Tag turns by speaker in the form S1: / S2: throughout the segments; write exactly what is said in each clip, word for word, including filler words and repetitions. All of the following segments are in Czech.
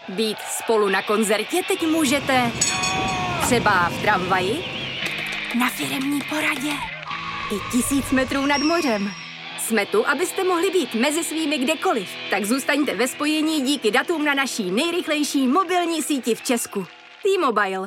S1: Být spolu na koncertě teď můžete třeba v tramvaji, na firemní poradě i tisíc metrů nad mořem. Jsme tu, abyste mohli být mezi svými kdekoliv. Tak zůstaňte ve spojení díky datům na naší nejrychlejší mobilní síti v Česku. T-Mobile.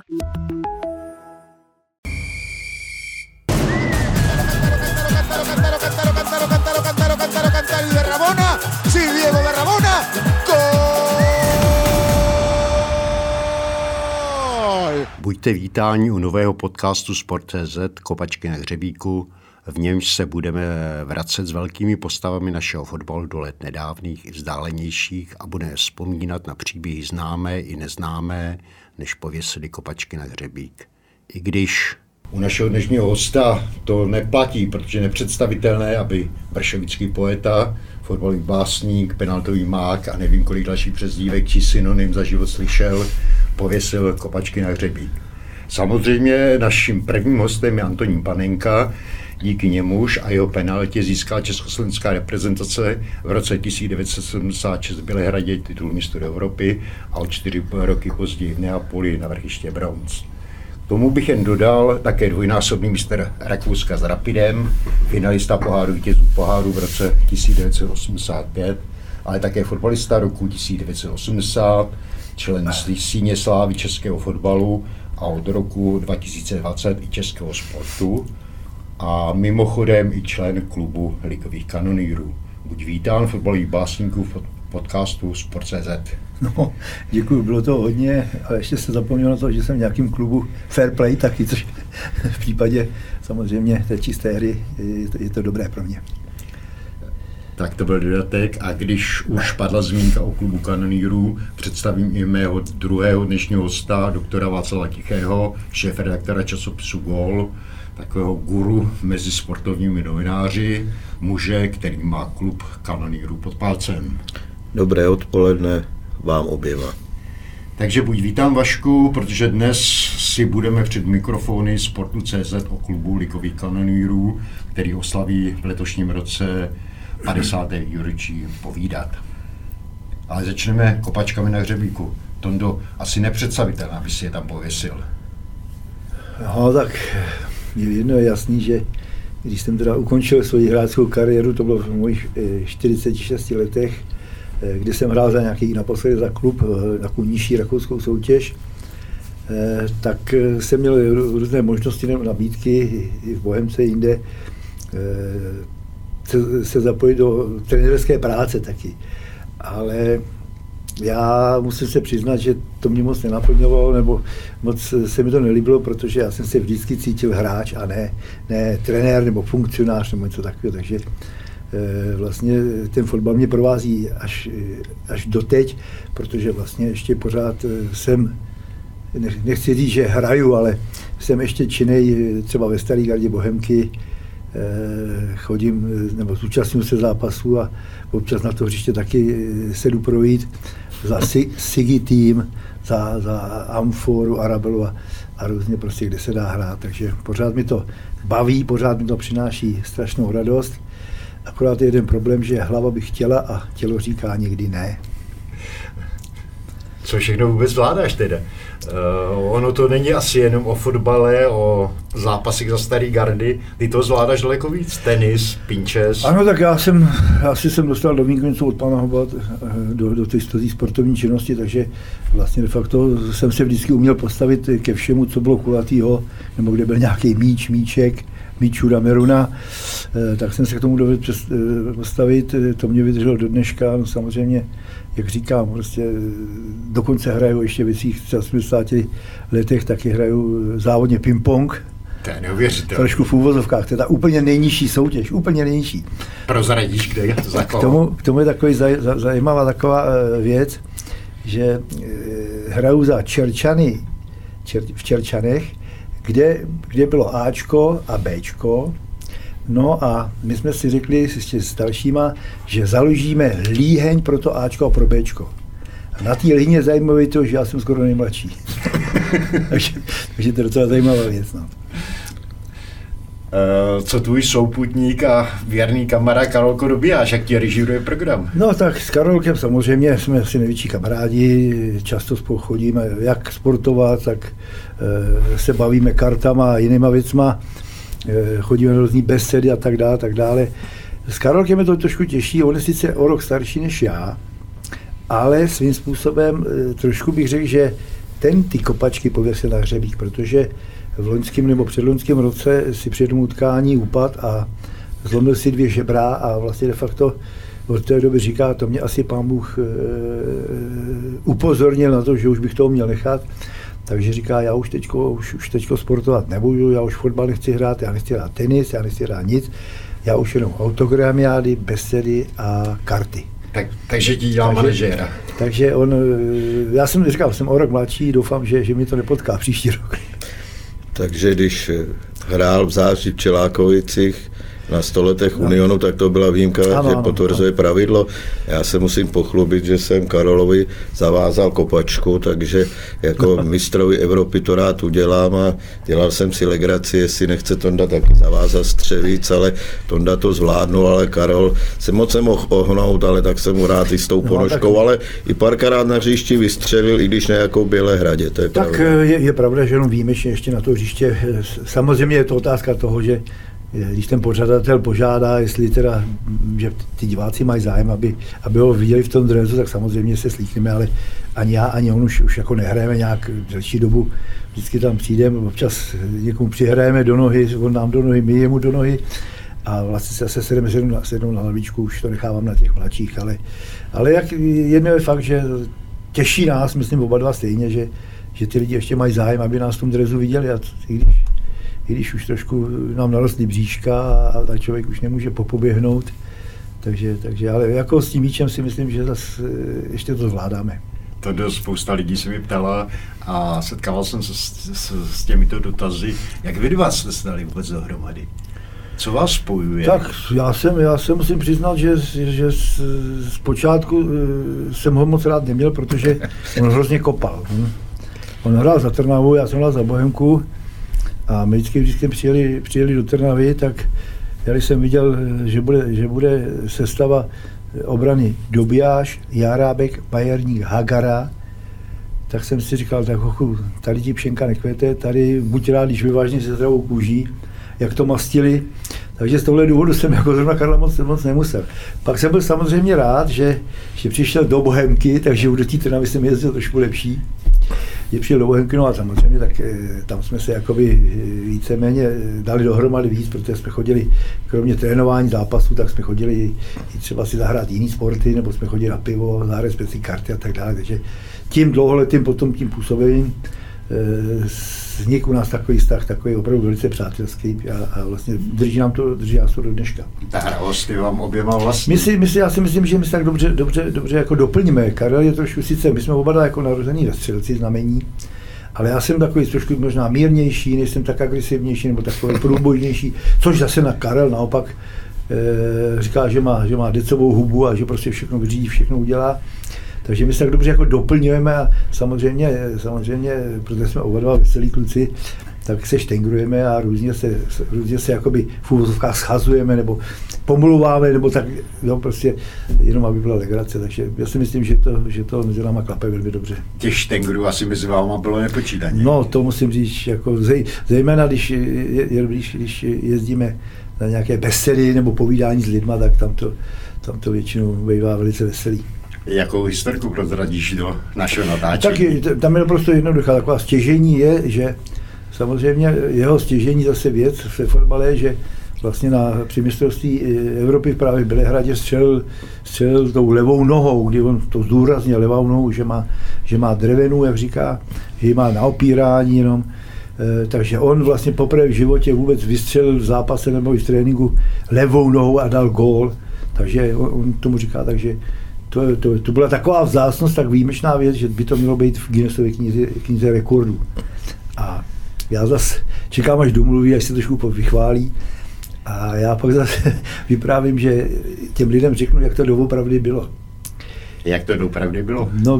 S2: Buďte vítáni u nového podcastu Sport tečka cé zet Kopačky na hřebíku, v němž se budeme vracet s velkými postavami našeho fotbalu do let nedávných i vzdálenějších a budeme vzpomínat na příběhy známé i neznámé, než pověsili kopačky na hřebík. I když u našeho dnešního hosta to neplatí, protože je nepředstavitelné, aby vršovický poeta, fotbalový básník, penaltový mák a nevím kolik dalších přezdívek či synonym za život slyšel, pověsil kopačky na hřebík. Samozřejmě naším prvním hostem je Antonín Panenka, díky němuž a jeho penaltě získala československá reprezentace v roce tisíc devět set sedmdesát šest v Bělehradě titul mistra Evropy a o čtyři roky později v Neapoli na vrchiště bronz. K tomu bych jen dodal také dvojnásobný mistr Rakouska s Rapidem, finalista poháru vítězů poháru v roce tisíc devět set osmdesát pět, ale také fotbalista roku tisíc devět set osmdesát, člen síně slávy českého fotbalu a od roku dva tisíce dvacet i českého sportu a mimochodem i člen klubu ligových kanonýrů. Buď vítán fotbalových básníků v podcastu Sport tečka cé zet.
S3: No, děkuji, bylo to hodně, ale ještě se zapomněl na to, že jsem v nějakém klubu Fair Play taky, což v případě samozřejmě té čisté hry je to, je to dobré pro mě.
S2: Tak to byl dodatek a když už padla zmínka o klubu kanonýrů, představím i mého druhého dnešního hosta, doktora Václava Tichého, šéfredaktora časopisu Gól, takového guru mezi sportovními novináři, muže, který má klub kanonýrů pod palcem.
S4: Dobré odpoledne vám oběma.
S2: Takže buď vítám Vašku, protože dnes si budeme před mikrofony Sportu tečka cé zet o klubu ligových kanonýrů, který oslaví v letošním roce padesáté výročí povídat. Ale začneme kopačkami na hřebíku. Tondo, asi nepředstavitelné, aby si je tam pověsil.
S3: No tak je jedno je jasný, že když jsem teda ukončil svoji hráčskou kariéru, to bylo v mojich čtyřiceti šesti letech, kdy jsem hrál za nějaký naposledy za klub, takovou nižší rakouskou soutěž, tak jsem měl různé možnosti nebo nabídky i v Bohemce jinde se, se zapojit do trenérské práce taky. Ale já musím se přiznat, že to mě moc nenaplňovalo, nebo moc se mi to nelíbilo, protože já jsem se vždycky cítil hráč a ne, ne trenér nebo funkcionář nebo něco takového, takže e, vlastně ten fotbal mě provází až, až doteď, protože vlastně ještě pořád jsem, nechci říct, že hraju, ale jsem ještě činnej třeba ve Staré gardě Bohemky, e, chodím nebo zúčastňuji se zápasů a občas na to hřiště taky se jdu projít za Sigi tým, za, za Amforu, Arabelu a, a různě prostě, kde se dá hrát. Takže pořád mi to baví, pořád mi to přináší strašnou radost. Akorát je jeden problém, že hlava by chtěla a tělo říká někdy ne.
S2: Co všechno vůbec zvládáš teda? Uh, ono to není asi jenom o fotbale, o zápasech za starý gardy, ty to zvládáš daleko víc, tenis, pinčes.
S3: Ano, tak já jsem, asi jsem dostal do výkoncu od pana Hobat do, do té sportovní činnosti, takže vlastně de facto jsem se vždycky uměl postavit ke všemu, co bylo kulatýho, nebo kde byl nějaký míč, míček, míčů Dameruna, tak jsem se k tomu dovedl postavit, to mě vydrželo do dneška, no samozřejmě, jak říkám, prostě dokonce hraju ještě ve svých osmdesáti letech, taky hraju závodně ping-pong.
S2: To je neuvěřitelné.
S3: Trošku v úvozovkách, to je ta úplně nejnižší soutěž, úplně nejnižší.
S2: Prozradíš, kde je to za koho?
S3: K tomu, k tomu je takový zaj, za, zajímavá taková věc, že hraju za Čerčany čer, v Čerčanech, kde, kde bylo Ačko a Bčko. No a my jsme si řekli ještě s dalšíma, že založíme líheň pro to Ačko a pro Bčko. A na té líhni je zajímavé to, že já jsem skoro nejmladší. takže, takže to je docela zajímavá věc. No.
S2: Co tvůj souputník a věrný kamarád Karolko Dobijáš, jak ti režíruje program?
S3: No tak s Karolkem samozřejmě jsme asi největší kamarádi, často spolu chodíme jak sportovat, tak se bavíme kartama a jinýma věcma, chodíme na různý besedy a tak dále, tak dále. S Karolkem je to trošku těžší, on je sice o rok starší než já, ale svým způsobem trošku bych řekl, že ten ty kopačky pověsil na hřebík, protože v loňském nebo předloňském roce si při jednom utkání upad a zlomil si dvě žebra a vlastně de facto od té doby říká, to mě asi pán Bůh e, upozornil na to, že už bych toho měl nechat. Takže říká, já už teďko, už, už teďko sportovat nebudu, já už fotbal nechci hrát, já nechci hrát tenis, já nechci hrát nic, já už jenom autogramiády, besedy a karty.
S2: Tak, takže ti dělá manažéra.
S3: Takže on, já jsem říkal, jsem o rok mladší, doufám, že, že mi to nepotká příští rok.
S4: Takže když hrál v září v Čelákovicích na sto letech no. Unionu, tak to byla výjimka, ano, že ano, potvrzuje ano. pravidlo. Já se musím pochlubit, že jsem Karolovi zavázal kopačku, takže jako mistrovi Evropy to rád udělám a dělal jsem si legraci, jestli nechce Tonda taky zavázat střevíc, ale Tonda to zvládnul, ale Karol se moc nemohl ohnout, ale tak jsem mu rád i s tou ponožkou, no, ale i párkrát na hřišti vystřelil, i když ne jako v Bělehradě, to je
S3: tak
S4: pravda.
S3: Je, je pravda, že jenom výjimečně ještě na to hřiště. Samozřejmě je to otázka toho, že když ten pořadatel požádá, jestli teda, že ty diváci mají zájem, aby, aby ho viděli v tom dresu, tak samozřejmě se slíkneme, ale ani já, ani on už, už jako nehrajeme nějak delší dobu. Vždycky tam přijdeme, občas někomu přihrajeme do nohy, on nám do nohy, my jemu do nohy a vlastně se zase sedeme sednou na, sednou na hlavičku, už to nechávám na těch mladších, ale, ale jak jedno je fakt, že těší nás, myslím oba dva stejně, že, že ty lidi ještě mají zájem, aby nás v tom dresu viděli a i když i když už trošku nám narostly bříška a člověk už nemůže popoběhnout. Takže, takže ale jako s tím míčem si myslím, že zase ještě to zvládáme.
S2: To dost spousta lidí se mi ptala a setkával jsem se s, s, s těmito dotazy. Jak vy dva jste se dali vůbec dohromady? Co vás spojuje?
S3: Tak já jsem, já jsem musím přiznat, že, že z, z počátku jsem ho moc rád neměl, protože on hrozně kopal. On hrál za Trnavu, já jsem hrál za Bohemku. A my vždycky, vždycky přijeli, přijeli do Trnavy, tak já když jsem viděl, že bude, že bude sestava obrany Dobijáš, Járábek, Pajerník, Hagara, tak jsem si říkal, tak hochu, tady ti pšenka nekvete, tady buď rád, když vyvážně se zdravou kůží, jak to mastili. Takže z tohle důvodu jsem jako zrovna Karla moc, moc nemusel. Pak jsem byl samozřejmě rád, že, že přišel do Bohemky, takže do té Trnavy jsem jezdil trošku lepší. Je přijel do Bohemky, no a samozřejmě tak tam jsme se jakoby víceméně dali dohromady víc, protože jsme chodili, kromě trénování zápasů, tak jsme chodili i třeba si zahrát jiný sporty, nebo jsme chodili na pivo, zahrát speciální karty a tak dále, takže tím dlouholetým potom tím působením vznikl u nás takový vztah, takový opravdu velice přátelský a, a vlastně drží nám to, drží nás to do dneška.
S2: Ta hravost je vám oběma vlastně.
S3: My si, my si, já si myslím, že my si tak dobře, dobře, dobře jako doplníme. Karel je trošku sice, my jsme oba dva jako narození ve střelci znamení, ale já jsem takový trošku možná mírnější, nejsem tak agresivnější nebo takový průbojnější, což zase na Karel naopak e, říká, že má, že má decovou hubu a že prostě všechno vyřídí, všechno udělá. Takže my se tak dobře jako doplňujeme a samozřejmě, samozřejmě, protože jsme oba dva veselí kluci, tak se štengrujeme a různě se, různě se jakoby v úvozovkách schazujeme nebo pomluváme, nebo tak, jo, prostě jenom aby byla legrace, takže já si myslím, že to, že to mezi náma klape velmi dobře.
S2: Těch štengrů asi mezi váma bylo nepočítaně.
S3: No, to musím říct, jako zej, zejména když, je, když, když jezdíme na nějaké besedy nebo povídání s lidma, tak tam to, tam to většinou bývá velice veselý.
S2: Jakou historku prozradíš do našeho natáčení?
S3: Tak tam je prostě jednoduchá taková stěžení je, že samozřejmě jeho stěžení zase věc ve fotbale je, že vlastně na při mistrovství Evropy právě v Bělehradě střelil, střelil tou levou nohou, kdy on to zdůraznil levou nohou, že má, že má drevenou, jak říká, že ji má na opírání jenom. E, takže on vlastně poprvé v životě vůbec vystřelil v zápase nebo v tréninku levou nohou a dal gól. Takže on, on tomu říká, takže To, to, to byla taková vzácnost, tak výjimečná věc, že by to mělo být v Guinnessově knize, knize rekordů. A já zase čekám, až domluví, až se trošku vychválí. A já pak zase vyprávím, že těm lidem řeknu, jak to doopravdy bylo.
S2: Jak to doopravdy bylo?
S3: No,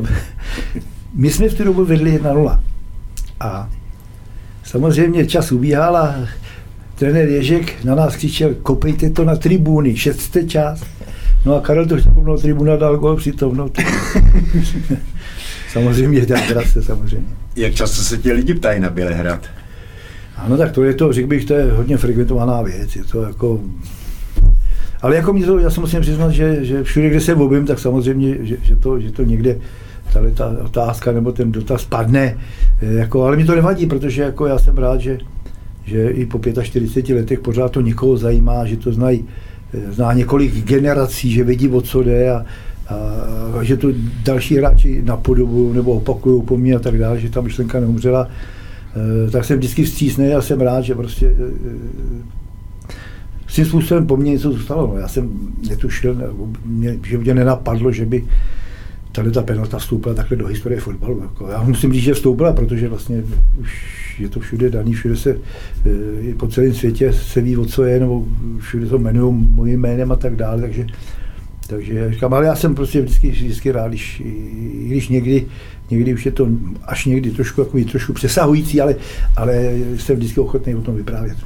S3: my jsme v tu dobu vedli jedna nula. A samozřejmě čas ubíhal a trenér Ježek na nás křičel, kopejte to na tribuny, šetřte čas. No a Karel to chtěl kopnout tribuna, dal gól přitom. No, samozřejmě, tak krásně, samozřejmě.
S2: Jak často se ti lidi ptají na Bělehrad?
S3: Ano, tak to je to, řekl bych, to je hodně frekventovaná věc. Je to jako... Ale jako mě to, já se musím přiznat, že, že všude, kde se objím, tak samozřejmě, že, že, to, že to někde tahle ta otázka nebo ten dotaz padne. Jako, ale mi to nevadí, protože jako já jsem rád, že, že i po čtyřiceti pěti letech pořád to někoho zajímá, že to znají, zná několik generací, že vědí, o co jde a, a, a že to další hráči napodobují nebo opakují po mně a tak dále, že ta myšlenka neumřela. E, tak jsem vždycky vstřícný a jsem rád, že prostě e, s tím způsobem po mně něco zůstalo. No, já jsem netušil, mě, že mě nenapadlo, že by tahle ta penalta vstoupila takhle do historie fotbalu. Jako. Já musím říct, že vstoupila, protože vlastně už je to všude daný, všude se e, po celém světě se ví, o co je, nebo všude to jmenují mojím jménem a tak dále, takže, takže říkám, ale já jsem prostě vždycky, vždycky rád, když, když někdy, někdy už je to až někdy trošku, jako trošku přesahující, ale, ale jsem vždycky ochotný o tom vyprávět.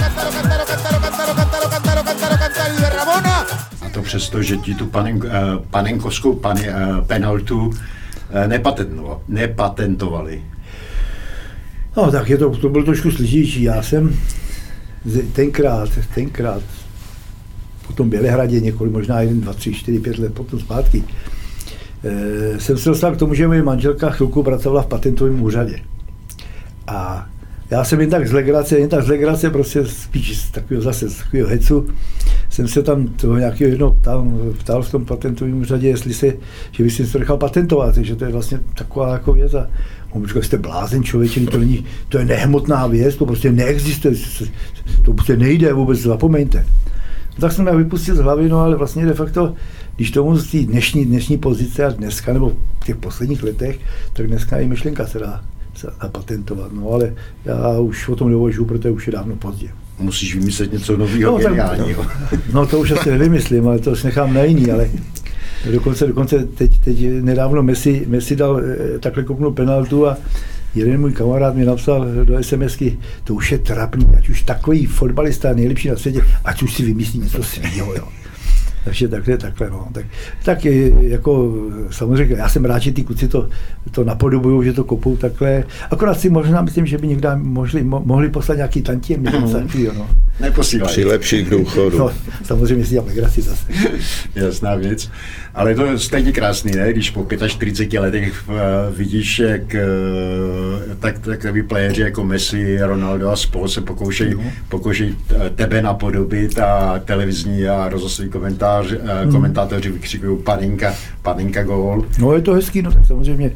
S2: A to přesto, že ti tu panen, panenkovskou pani, penaltu nepatentovali.
S3: No tak je to, to bylo trošku složitější. Já jsem tenkrát, tenkrát po tom Bělehradě několik, možná jeden, dva, tři, čtyři, pět let potom zpátky, e, jsem se dostal k tomu, že moje manželka chvilku pracovala v patentovém úřadě. A já jsem jen tak z legrace, jen tak z legrace, prostě spíš z takového zase, z takového hecu, jsem se tam toho nějakého jednoho tam ptal v tom patentovém úřadě, jestli se, že by si to nechal patentovat, že to je vlastně taková jako věc. A on říkal, jste blázen člověče, to není, to je nehmotná věc, to prostě neexistuje, to prostě nejde vůbec, zapomeňte. No, tak jsem mě vypustil z hlavy, no ale vlastně de facto, když tomu z té dnešní, dnešní pozice a dneska, nebo v těch posledních letech, tak dneska i myšlenka se dá zapatentovat, no ale já už o tom neuvažuji, protože už je dávno pozdě.
S2: Musíš vymyslet něco nového,
S3: no,
S2: geniálního.
S3: No, no to už asi nevymyslím, ale to už nechám na jiný, ale dokonce, dokonce teď, teď nedávno Messi, Messi dal takhle kopnul penaltu a jeden můj kamarád mi napsal do SMSky, to už je trapný, ať už takový fotbalista nejlepší na světě, ať už si vymyslí něco svýho, jo. Takže takhle, takhle, no. Tak, tak jako samozřejmě, já jsem rád, že ty kluci to, to napodobují, že to kopou takhle. Akorát si možná myslím, že by někdy mohli, mohli poslat nějaký tantiem, nebo takovýho, no.
S2: Neposílají.
S4: Přilepší k důchodu.
S3: No, samozřejmě si dělám legraci zase.
S2: Jasná věc. Ale to je stejně krásný, ne? Když po čtyřiceti pěti letech vidíš, jak tak, takový playeři jako Messi, Ronaldo a spol se pokoušejí no. pokoušej tebe napodobit a televizní a rozhlasový komentář, hmm. komentátoři vykřikují panenka, panenka gól.
S3: No je to hezký, no tak samozřejmě.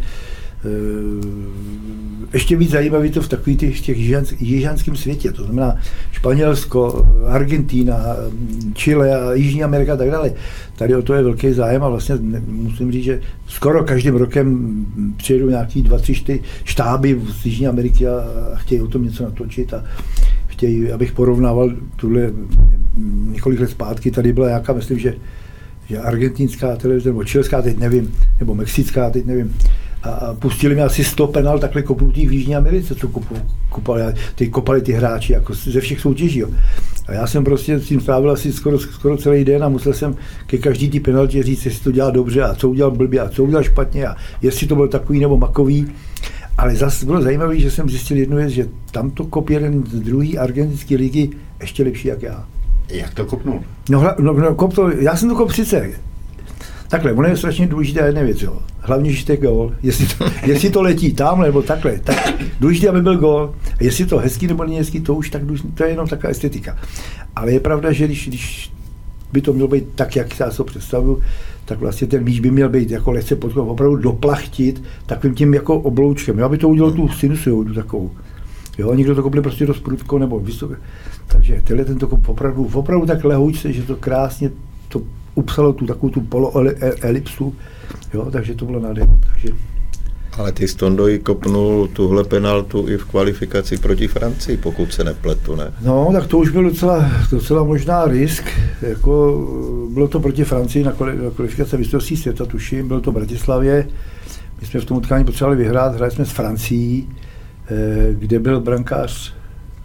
S3: Ještě víc zajímavý to v takových těch, těch jižanském světě, to znamená Španělsko, Argentina, Chile a Jižní Amerika a tak dále. Tady o to je velký zájem a vlastně musím říct, že skoro každým rokem přijedou nějaký dva, tři, čtyři štáby z Jižní Ameriky a chtějí o tom něco natočit a chtějí, abych porovnával tuhle několik let zpátky, tady byla nějaká, myslím, že, že argentinská televize, nebo čilská, teď nevím, nebo mexická, teď nevím, a pustili mi asi sto penal takhle kopnutých v Jižní Americe, co kopali, ty kopali ty hráči jako ze všech soutěží. Jo. A já jsem prostě s tím strávil asi skoro, skoro celý den a musel jsem ke každý ty penaltě říct, jestli to dělal dobře a co udělal blbě a co udělal špatně a jestli to byl takový nebo makový. Ale zase bylo zajímavé, že jsem zjistil jednu věc, že tam to kop jeden z druhé argentinské ligy ještě lepší jak já.
S2: Jak to kopnul?
S3: No, no, no kop to, já jsem to kop sice. Takhle, ono je strašně důležitá jedna věc, jo. Hlavně, že to je gól. Jestli to, jestli to letí tam nebo takhle, tak důležité, aby byl gól. A jestli to hezký nebo není hezký, to už tak důležité, to je jenom taková estetika. Ale je pravda, že když, když by to mělo být tak, jak já to představuju, tak vlastně ten míč by měl být jako lehce podkop, opravdu doplachtit takovým tím jako obloučkem, jo, aby to udělal tu sinusoidu takovou. Jo, někdo to kopli prostě do sprudko nebo vysoké. Takže tenhle tento kop opravdu, opravdu tak lehoučce, že to krásně to upsalo tu takovou tu poloelipsu, jo, takže to bylo nádherné. Takže...
S4: Ale ty s Tondojí kopnul tuhle penaltu i v kvalifikaci proti Francii, pokud se nepletu, ne?
S3: No, tak to už byl docela, docela možná risk, jako bylo to proti Francii na kvalifikaci mistrovství světa, tuším, bylo to v Bratislavě, my jsme v tom utkání potřebovali vyhrát, hráli jsme s Francií, kde byl brankář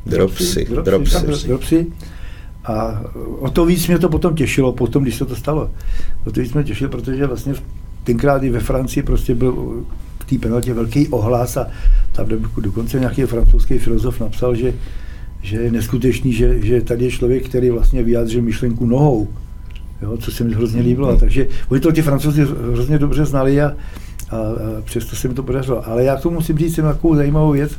S4: Dropsy.
S3: Dropsy. Dropsy. Dropsy. Dropsy. A o to víc mě to potom těšilo, potom, když se to stalo. O to víc mě těšilo, protože vlastně tenkrát i ve Francii prostě byl k té penaltě velký ohlas a tam dokonce nějaký francouzský filozof napsal, že, že je neskutečný, že, že tady je člověk, který vlastně vyjádřil myšlenku nohou, jo, co se mi hrozně líbilo. Takže oni to ti Francouzi hrozně dobře znali a, a, a přesto se mi to podařilo. Ale já k tomu musím říct jenom takovou zajímavou věc.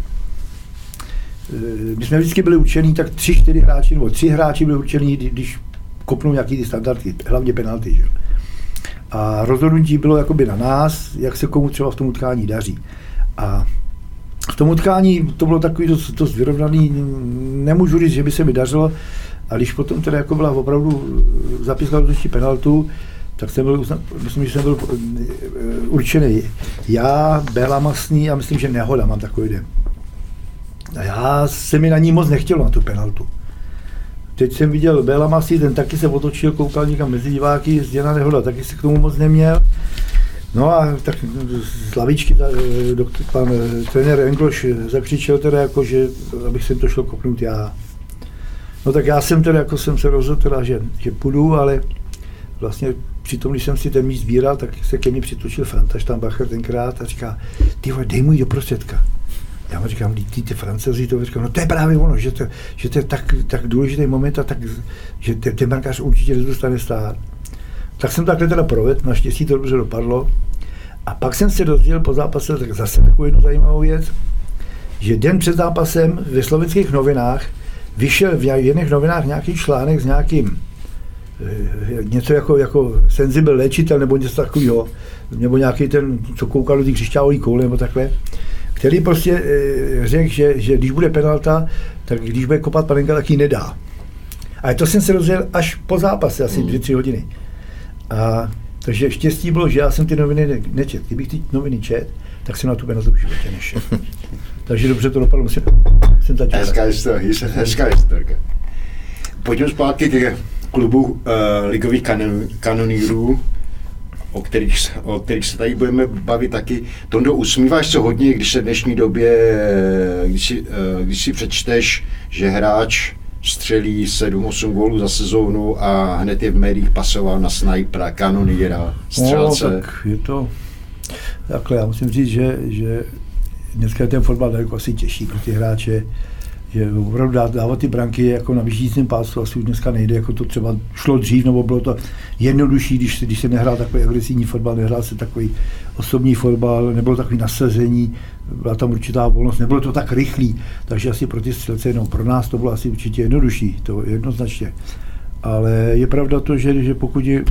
S3: My jsme vždycky byli určení, tak tři, čtyři hráči, nebo tři hráči byli určení, když kopnou nějaký ty standardky, hlavně penalty. Že? A rozhodnutí bylo jakoby na nás, jak se komu třeba v tom utkání daří. A v tom utkání to bylo takový dost, dost vyrovnaný, nemůžu říct, že by se mi dařilo, a když potom teda jako byla opravdu zapískal do penaltu, tak jsem byl, myslím, že jsem byl určený. Já, Béla Masný a myslím, že Nehoda, mám takový den. A já se mi na ní moc nechtělo, na tu penaltu. Teď jsem viděl Béla Masný, ten taky se otočil, koukal někam mezi diváky, Zděna Nehoda, taky se k tomu moc neměl. No a tak z lavičky ta, doktor, pan trenér Engloš zakřičel teda jako, že abych sem to šel kopnout já. No tak já jsem teda jako jsem se rozhodl teda, že, že půjdu, ale vlastně přitom, když jsem si ten míst sbíral, tak se ke mně přitočil Franta Štambacher tenkrát a říká, ty vole, dej mu do prostředka. Já mu říkám, ty, ty Francouzi to říkám, no to je právě ono, že to, že to je tak, tak důležitý moment a tak, že ten, ten brankář určitě nezůstane stát. Tak jsem takhle teda provedl, naštěstí to dobře dopadlo. A pak jsem se dozvěděl po zápase tak zase takovou jednu zajímavou věc, že den před zápasem ve slovenských novinách vyšel v jedných novinách nějaký článek s nějakým něco jako, jako senzibil léčitel nebo něco takového, nebo nějaký ten, co koukal do těch křišťálový koule nebo takhle, který prostě e, řekl, že, že když bude penalta, tak když bude kopat panenka, tak ji nedá. A to jsem se dozvěděl až po zápase, asi dvě, tři hodiny. A takže štěstí bylo, že já jsem ty noviny ne- nečet. Kdybych ty noviny čet, tak jsem na tu penaltu v životě nešel. Takže dobře to dopadlo, musím, musím začít.
S2: Hezká historka, hezká historka. Pojďme zpátky k klubu uh, ligových kanon, kanonýrů, o kterých, o kterých se tady budeme bavit taky. Tondo, usmíváš se hodně, když se v dnešní době, když si, uh, když si přečteš, že hráč střelí sedm osm gólů za sezónu a hned je v médiích pasoval na snajpera, kanonýra, střelce.
S3: No, tak je to takhle, já musím říct, že, že dneska je ten fotbal daleko asi těžší pro ty hráče, že opravdu dávat ty branky jako na vyšším pásu asi už dneska nejde, jako to třeba šlo dřív, nebo bylo to jednodušší, když, když se nehrál takový agresivní fotbal, nehrál se takový osobní fotbal, nebylo takový nasazení, byla tam určitá volnost, nebylo to tak rychlý, takže asi pro ty střelce, no pro nás to bylo asi určitě jednodušší, to jednoznačně. Ale je pravda to, že, že pokud je,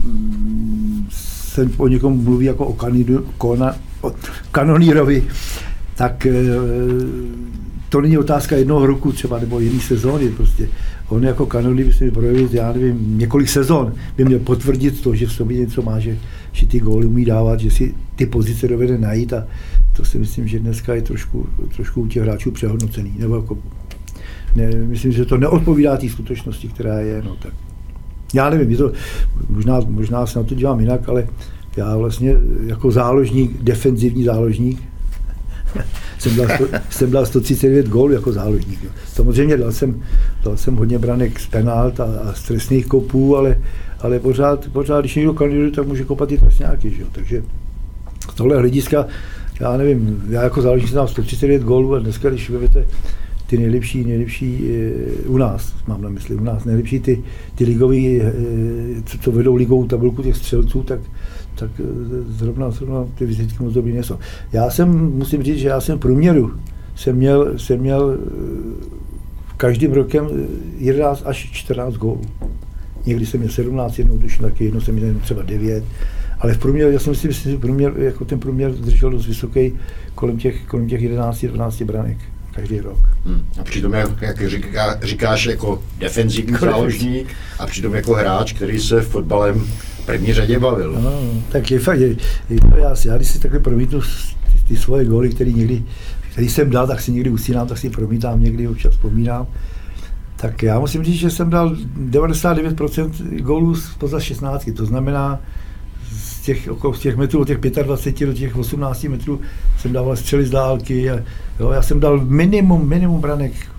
S3: se o někom mluví jako o, kanidu, kona, o kanonýrovi, tak to není otázka jednoho roku třeba, nebo jiný sezóny prostě. On jako kanonýr by se mi projevit, já nevím, několik sezon by měl potvrdit to, že v sobě něco má, že, že ty góly umí dávat, že si ty pozice dovede najít a to si myslím, že dneska je trošku, trošku u těch hráčů přehodnocený. Nebo jako, ne, myslím, že to neodpovídá té skutečnosti, která je. No, tak. Já nevím, je to, možná, možná se na to dívám jinak, ale já vlastně jako záložník, defenzivní záložník, jsem dal, sto, jsem dal sto třicet devět gólů jako záložník. Jo. Samozřejmě dal jsem, dal jsem hodně branek z penalt a, a z trestných kopů, ale, ale pořád, pořád, když někdo kandiduje, tak může kopat i trestňáky. Že jo. Takže z tohle hlediska, já nevím, já jako záložník jsem dal sto třicet devět gólů a dneska, když vezmete ty nejlepší, nejlepší e, u nás, mám na mysli, u nás nejlepší ty, ty ligový, e, co, co vedou ligovou tabulku těch střelců, tak tak zrovna, zrovna ty vizitky moc dobrý nejsou. Já jsem, musím říct, že já jsem v průměru, jsem měl, jsem měl každým rokem jedenáct až čtrnáct gólů. Někdy jsem měl sedmnáct, jednou tuším taky, jednou jsem měl třeba devět, ale v průměru, já jsem si myslím, že průměr, jako ten průměr držel dost vysoký kolem těch, kolem těch jedenáct dvanáct branek každý rok.
S2: Hmm. A přitom, jak, jak říká, říkáš, jako defenzivní záložník a přitom jako hráč, který se fotbalem v první řadě bavil.
S3: No, tak je fakt, je, je to já, já když si takhle promítnu ty, ty svoje góly, které někdy, který jsem dal, tak si někdy usínám, tak si promítám, někdy občas vzpomínám. Tak já musím říct, že jsem dal devadesát devět procent gólů spoza šestnáctky, to znamená z těch, okolo, z těch metrů, od těch dvacet pět do těch osmnácti metrů jsem dával střely z dálky. A, jo, já jsem dal minimum, minimum branek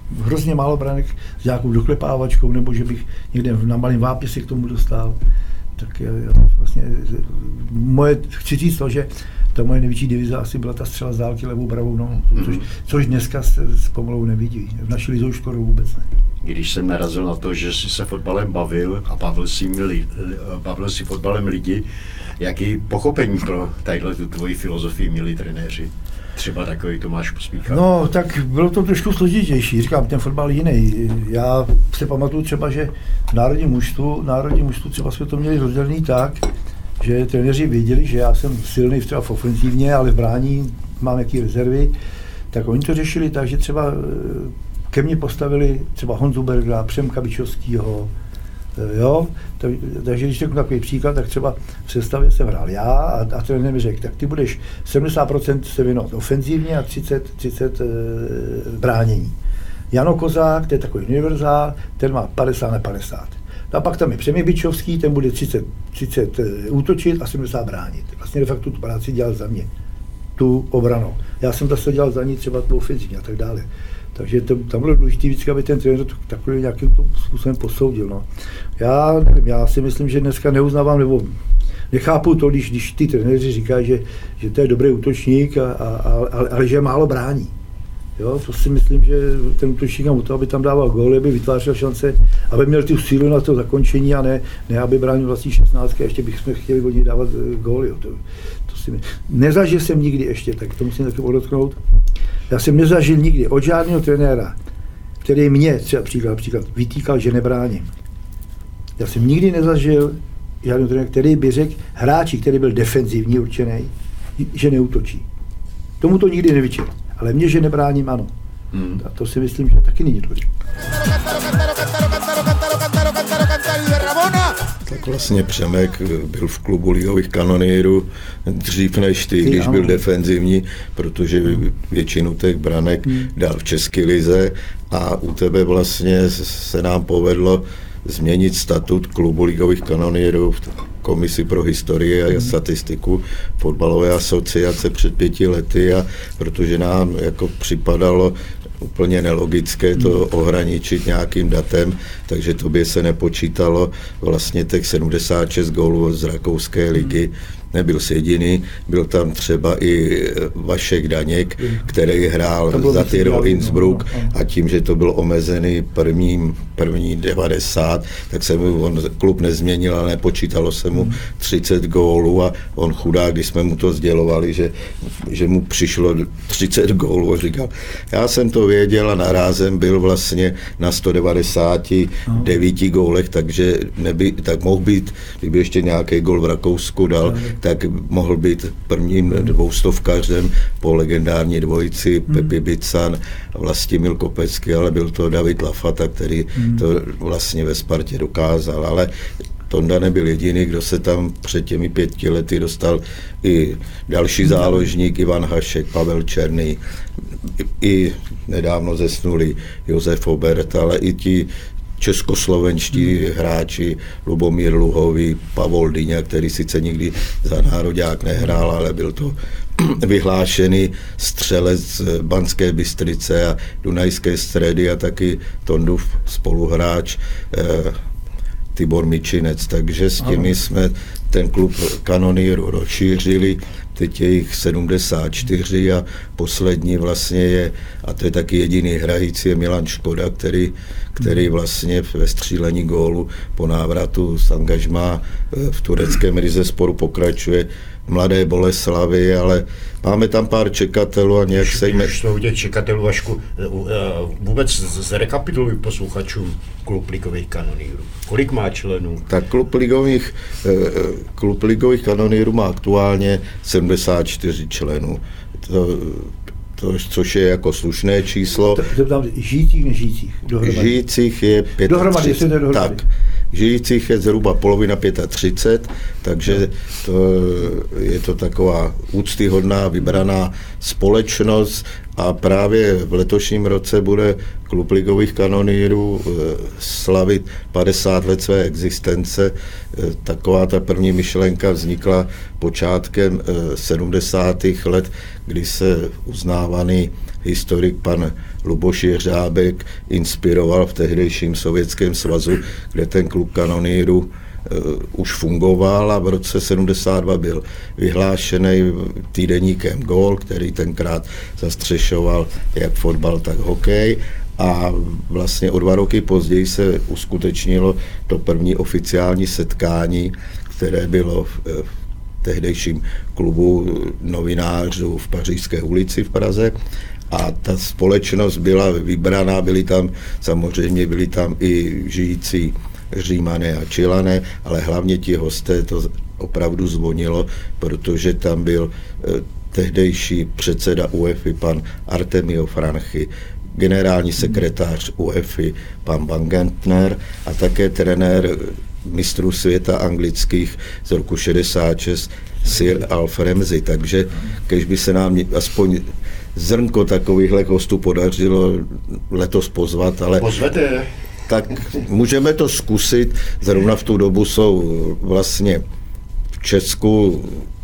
S3: hrozně málo branek s nějakou doklepávačkou, nebo že bych někde na malém vápě si k tomu dostal. Tak já, vlastně moje, chci říct to, že ta moje největší divize asi byla ta střela z dálky levou pravou nohou, což, což dneska se s pomalou nevidí. V naší lize už skoro vůbec ne.
S2: Když jsem narazil na to, že jsi se fotbalem bavil a bavil si, bavil si fotbalem lidi, jaký pochopení pro tadyhle tu tvoji filozofii měli trenéři? Třeba takový Tomáš Pospíchal.
S3: No, tak bylo to trošku složitější. Říkám, ten fotbal jiný. Já si pamatuju třeba, že v národním mužstvu, národním mužstvu třeba jsme to měli rozdělený tak, že trenéři věděli, že já jsem silný třeba v ofenzivně, ale v brání mám jaký rezervy, tak oni to řešili tak, že třeba ke mně postavili třeba Honzu Bergera, Přemka Bičovskýho, jo, tak, takže když řeknu takový příklad, tak třeba v sestavě jsem hrál já a, a trenér mi řekl, tak ty budeš sedmdesát procent se věnovat ofenzivně a třicet procent e, bránění. Jano Kozák, to je takový univerzál, ten má padesát na padesát. A pak tam je Přemek Bičovský, ten bude třicet, třicet útočit a sedmdesát bránit. Vlastně de facto tu práci dělal za mě, tu obranou. Já jsem zase dělal za ní třeba tu ofenzivní a tak dále. Takže to, tam bylo důležité vždycky, aby ten trenér to takovým nějakým způsobem posoudil. No. Já nevím, já si myslím, že dneska neuznávám, nebo nechápu to, když, když ty trenéři říkají, že, že to je dobrý útočník, a, a, a, ale že málo brání. Jo, to si myslím, že ten útočník má to, aby tam dával góly, aby vytvářel šance, aby měl tu sílu na to zakončení a ne, ne aby bránil vlastní šestnáctky a ještě bychom chtěli od něj dávat góly. To, to si myslím. Nezažil jsem nikdy ještě, tak to musím taky podotknout. Já jsem nezažil nikdy od žádného trenéra, který mě třeba příklad, příklad vytýkal, že nebráním. Já jsem nikdy nezažil žádného trenéra, který by řekl hráči, který byl defenzivní určený, že neútočí. Tomu to nikdy nevyčetl. Ale mě, že nebráním, ano. Hmm. A to si myslím, že taky není dobrý.
S4: Tak vlastně Přemek byl v klubu ligových kanonýrů dřív než ty, když byl defenzivní, protože většinu těch branek dal v České lize a u tebe vlastně se nám povedlo změnit statut klubu ligových kanonýrů v komisi pro historii a statistiku fotbalové asociace před pěti lety, a protože nám jako připadalo úplně nelogické to ohraničit nějakým datem, takže tobě se nepočítalo vlastně těch sedmdesát šest gólů z rakouské ligy. Nebyl jsi jediný, byl tam třeba i Vašek Daněk, který hrál za Tyro Innsbruck, a tím, že to byl omezený první, první devadesát, tak se mu on klub nezměnil, ale nepočítalo se mu třicet gólů a on chudák, když jsme mu to sdělovali, že, že mu přišlo třicet gólů, a říkal, já jsem to věděl a narázem byl vlastně na sto devadesát devět gólech, takže neby, tak mohl být, kdyby ještě nějaký gól v Rakousku dal, tak mohl být prvním dvoustovkařem po legendární dvojici hmm. Pepi Bican a Vlastimil Kopecký, ale byl to David Lafata, který hmm. to vlastně ve Spartě dokázal, ale Tonda nebyl jediný, kdo se tam před těmi pěti lety dostal, i další záložník, Ivan Hašek, Pavel Černý, i nedávno zesnulý Josef Obert, ale i ti českoslovenští hmm. hráči, Lubomír Luhový, Pavol Dyňa, který sice nikdy za nároďák nehrál, ale byl to vyhlášený střelec z Banské Bystrice a Dunajské Středy a taky Tondův spoluhráč eh, Tibor Mičinec, takže s těmi jsme ten klub kanonýrů rozšířili, teď je jich sedmdesát čtyři a poslední vlastně je, a to je taky jediný hrající, je Milan Škoda, který, který vlastně ve střílení gólu po návratu z angažmá v tureckém Rizesporu pokračuje Mladé Boleslavy, ale máme tam pár čekatelů a nějak se jme...
S2: Když jsou těch čekatelů, Vašku, vůbec zrekapituluj posluchačům klub ligových kanonýrů. Kolik má členů?
S4: Tak klub ligových, klub ligových kanonýrů má aktuálně sedmdesát čtyři členů. To, to, což je jako slušné číslo.
S3: To tam žijících, nežijících? Dohromady.
S4: Žijících je třicet pět.
S3: Dohromady, jestli to je dohromady. Tak,
S4: žijících je zhruba polovina třicet pět, takže to, je to taková úctyhodná, vybraná společnost A právě v letošním roce bude klub ligových kanonýrů slavit padesát let své existence. Taková ta první myšlenka vznikla počátkem sedmdesátých let, kdy se uznávaný historik pan Luboš Jeřábek inspiroval v tehdejším Sovětském svazu, kde ten klub kanonýrů už fungoval a v roce sedmdesát dva byl vyhlášený týdeníkem Gól, který tenkrát zastřešoval jak fotbal, tak hokej. A vlastně o dva roky později se uskutečnilo to první oficiální setkání, které bylo v, v tehdejším klubu novinářů v Pařížské ulici v Praze. A ta společnost byla vybraná, byli tam samozřejmě byli tam i žijící Římané a Čilané, ale hlavně ti hosté, to opravdu zvonilo, protože tam byl eh, tehdejší předseda UEFA pan Artemio Franchi, generální sekretář UEFA pan Van Gentner a také trenér mistrů světa anglických z roku šedesát šest Sir Alf Ramsey. Takže když by se nám aspoň zrnko takovýchhle hostů podařilo letos pozvat, ale...
S2: Pozvete.
S4: Tak můžeme to zkusit. Zrovna v tu dobu jsou vlastně v Česku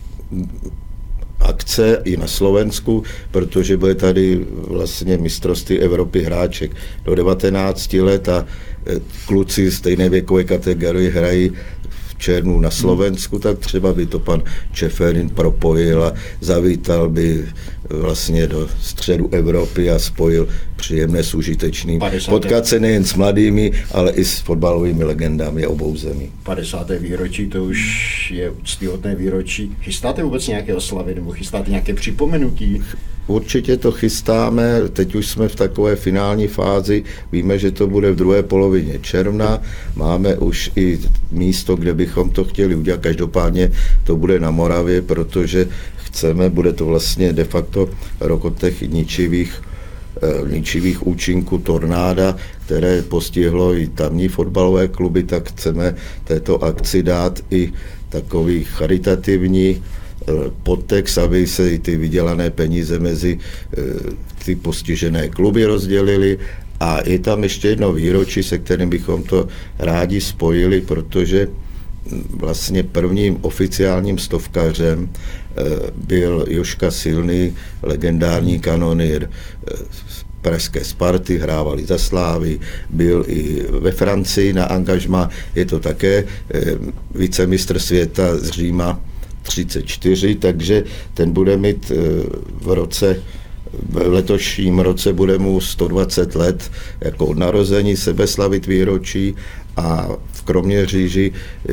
S4: akce i na Slovensku, protože bude tady vlastně mistrovství Evropy hráček do devatenácti let a kluci stejné věkové kategorie hrají v červnu na Slovensku, tak třeba by to pan Čeferin propojil a zavítal by vlastně do středu Evropy a spojil příjemné s užitečným. Potkat se nejen s mladými, ale i s fotbalovými legendami obou zemí.
S2: padesáté výročí, to už je úctyhodné výročí. Chystáte vůbec nějaké oslavy nebo chystáte nějaké připomenutí?
S4: Určitě to chystáme, teď už jsme v takové finální fázi, víme, že to bude v druhé polovině června, máme už i místo, kde bychom to chtěli udělat, každopádně to bude na Moravě, protože chceme, bude to vlastně de facto rok od těch ničivých, ničivých účinků tornáda, které postihlo i tamní fotbalové kluby, tak chceme této akci dát i takový charitativní podtext, aby se i ty vydělané peníze mezi ty postižené kluby rozdělily. A je tam ještě jedno výročí, se kterým bychom to rádi spojili, protože vlastně prvním oficiálním stovkařem byl Joška Silný, legendární kanonýr z pražské Sparty, hrávali za Slávy, byl i ve Francii na angažmá, je to také vicemistr světa z Říma třicet čtyři, takže ten bude mít v roce, v letošním roce bude mu sto dvacet let jako od narození, sebe slavit výročí a v Kroměříži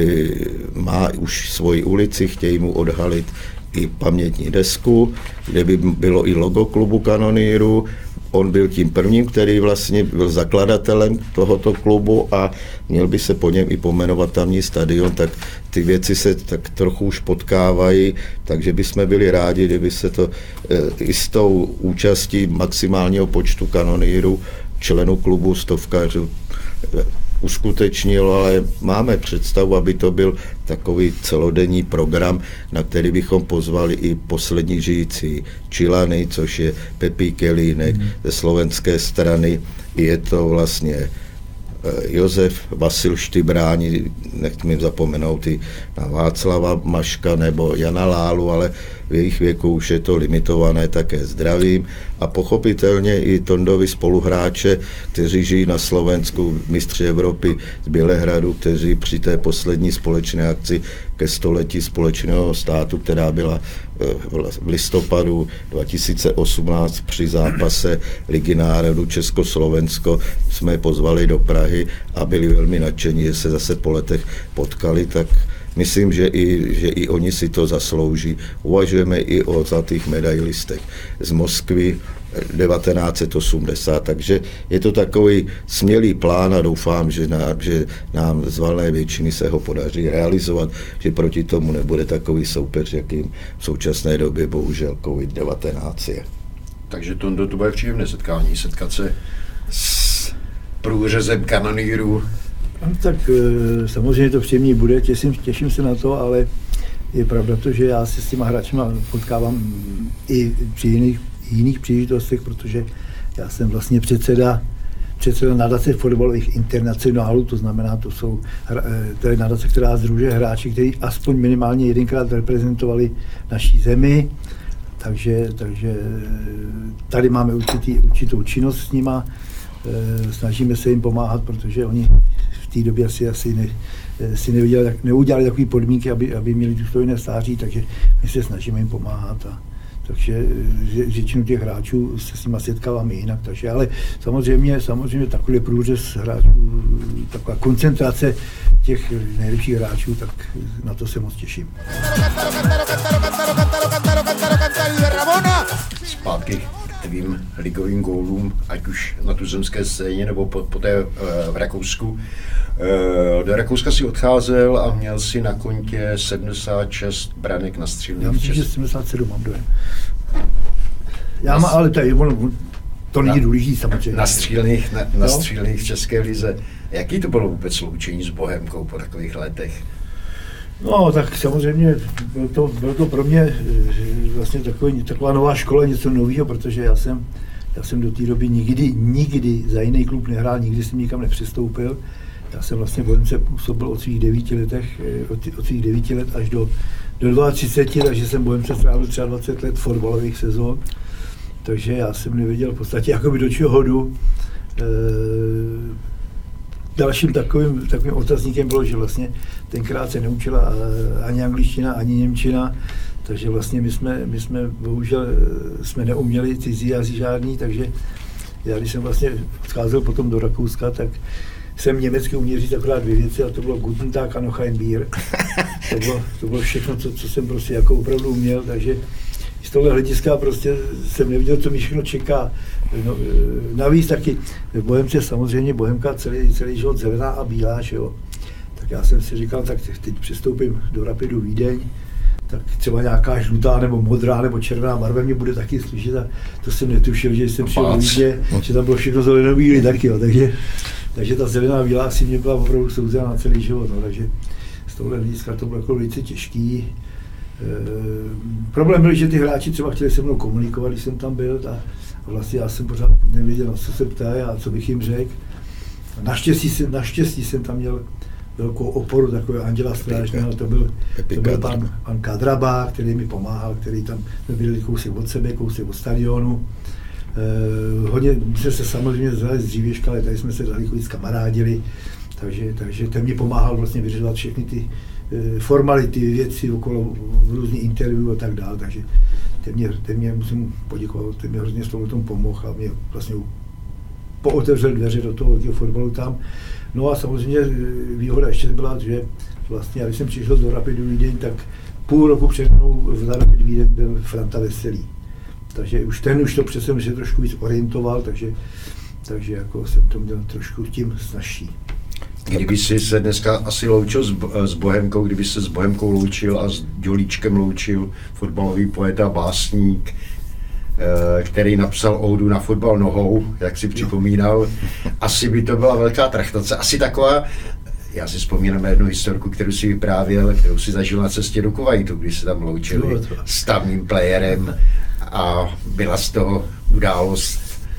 S4: má už svoji ulici, chtějí mu odhalit i pamětní desku, kde by bylo i logo klubu kanonýrů. On byl tím prvním, který vlastně byl zakladatelem tohoto klubu a měl by se po něm i pomenovat tamní stadion, tak ty věci se tak trochu už potkávají, takže bychom byli rádi, kdyby se to i s tou účastí maximálního počtu kanonýrů, členů klubu, stovkařů uskutečnilo, ale máme představu, aby to byl takový celodenní program, na který bychom pozvali i poslední žijící Čilany, což je Pepí Kelínek mm. ze slovenské strany. Je to vlastně Josef Vasil Štybráni, nechci zapomenout i na Václava Maška nebo Jana Lálu, ale v jejich věku už je to limitované také zdravím a pochopitelně i Tondovi spoluhráče, kteří žijí na Slovensku, mistři Evropy z Bělehradu, kteří při té poslední společné akci ke století společného státu, která byla v listopadu dva tisíce osmnáct při zápase Ligy národů Československo, jsme je pozvali do Prahy a byli velmi nadšení, že se zase po letech potkali, tak myslím, že i, že i oni si to zaslouží. Uvažujeme i o zlatých medailistech z Moskvy devatenáct set osmdesát, takže je to takový smělý plán a doufám, že, na, že nám z valné většiny se ho podaří realizovat, že proti tomu nebude takový soupeř, jakým v současné době bohužel covid devatenáct je.
S2: Takže to, to bude příjemné setkání, setkat se s průřezem kanonýrů.
S3: No, tak samozřejmě to příjemný bude, těším, těším se na to, ale je pravda to, že já se s těma hráčima potkávám i při jiných jiných příležitostech, protože já jsem vlastně předseda, předseda nadace fotbalových internacionálů, to znamená, to jsou to je nadace, která sdružuje hráči, kteří aspoň minimálně jedenkrát reprezentovali naší zemi, takže, takže tady máme určitý, určitou činnost s nima, snažíme se jim pomáhat, protože oni v té době asi, asi ne, si neudělali, neudělali takové podmínky, aby, aby měli důstojné stáří, takže my se snažíme jim pomáhat. A, takže většinu těch hráčů se s nimi setkáváme jinak. Takže, ale samozřejmě, samozřejmě takový průřez hráčů, taková koncentrace těch nejlepších hráčů, tak na to se moc těším.
S2: Zpátky k tvým ligovým gólům, ať už na tuzemské scéně nebo poté v Rakousku. Do Rakouska si odcházel a měl si na kontě sedmdesát šest branek na střílných.
S3: Já myslím, že sedmdesát sedm mám dojem. Já mám, ale tady, to není důležitý samozřejmě.
S2: Na střílných, na, na střílných v České lize. Jaký to bylo vůbec sloučení s Bohemkou po takových letech?
S3: No, tak samozřejmě bylo to, bylo to pro mě vlastně takový, taková nová škola, něco nového, protože já jsem, já jsem do té doby nikdy, nikdy za jiný klub nehrál, nikdy jsem nikam nepřestoupil. Já jsem vlastně v Bohemce působil od svých devíti letech, od svých devíti let až do, do třiceti dva, takže jsem v Bohemce strávil dvacet tři let fotbalových sezon. Takže já jsem nevěděl v podstatě, jakoby do čeho jdu. E, dalším takovým, takovým otazníkem bylo, že vlastně tenkrát se neučila ani angličtina, ani němčina, takže vlastně my jsme, my jsme bohužel jsme neuměli cizí jazyk žádný, takže já když jsem vlastně odcházel potom do Rakouska, tak jsem německy uměl říct akorát dvě věci, a to bylo Guten Tag a noch ein Bier. To bylo, to bylo všechno, co, co jsem prostě jako opravdu uměl, takže z tohle hlediska prostě jsem neviděl, co mi všechno čeká. No, navíc taky v Bohemce samozřejmě Bohemka celý, celý život zelená a bílá, že jo. Tak já jsem si říkal, tak teď přistoupím do Rapidu Vídeň, tak třeba nějaká žlutá nebo modrá nebo červená barva mě bude taky slušet, a to jsem netušil, že jsem přijel do Vídně, že tam bylo všechno zeleno-bílý taky, jo. Takže, takže ta zelená bílá asi mě byla opravdu souzena na celý život, no. Takže z tohle hlediska to bylo jako velice těžký. E, problém byl, že ty hráči třeba chtěli se mnou komunikovat, když jsem tam byl, a vlastně já jsem pořád nevěděl, na co se ptají a co bych jim řekl. Naštěstí jsem, naštěstí jsem tam měl velkou oporu takového Anděla Strážného, to byl, to byl pan, pan Kadraba, který mi pomáhal, který tam byli kousek od sebe, kousek od stadionu. E, hodně jsme se samozřejmě znali z dřívěžka, ale tady jsme se daleko kamarádili, takže, takže ten mi pomáhal vlastně vyřizovat všechny ty e, formality, věci okolo různých interview a tak dále, takže ten mě, ten mě musím poděkovat, ten mě hrozně s tomu tomu pomohl a mě vlastně pootevřel dveře do toho fotbalu tam. No a samozřejmě výhoda ještě byla, že vlastně, když jsem přišel do Rapidu Vídeň, tak půl roku před mnou v Rapid Vídeň byl Franta Veselý. Takže už ten už to přesně se trošku víc orientoval, takže, takže jako jsem to měl trošku tím snazší.
S2: Kdyby si se dneska asi loučil s, s Bohemkou, kdyby se s Bohemkou loučil a s Dělíčkem loučil fotbalový poet a básník, který napsal ódu na fotbal nohou, jak si připomínal, asi by to byla velká trachtace. Asi taková, já si vzpomínám na jednu historku, kterou si vyprávěl, kterou si zažil na cestě do Kuwaitu, když se tam loučili s tamním playerem a byla z toho událost.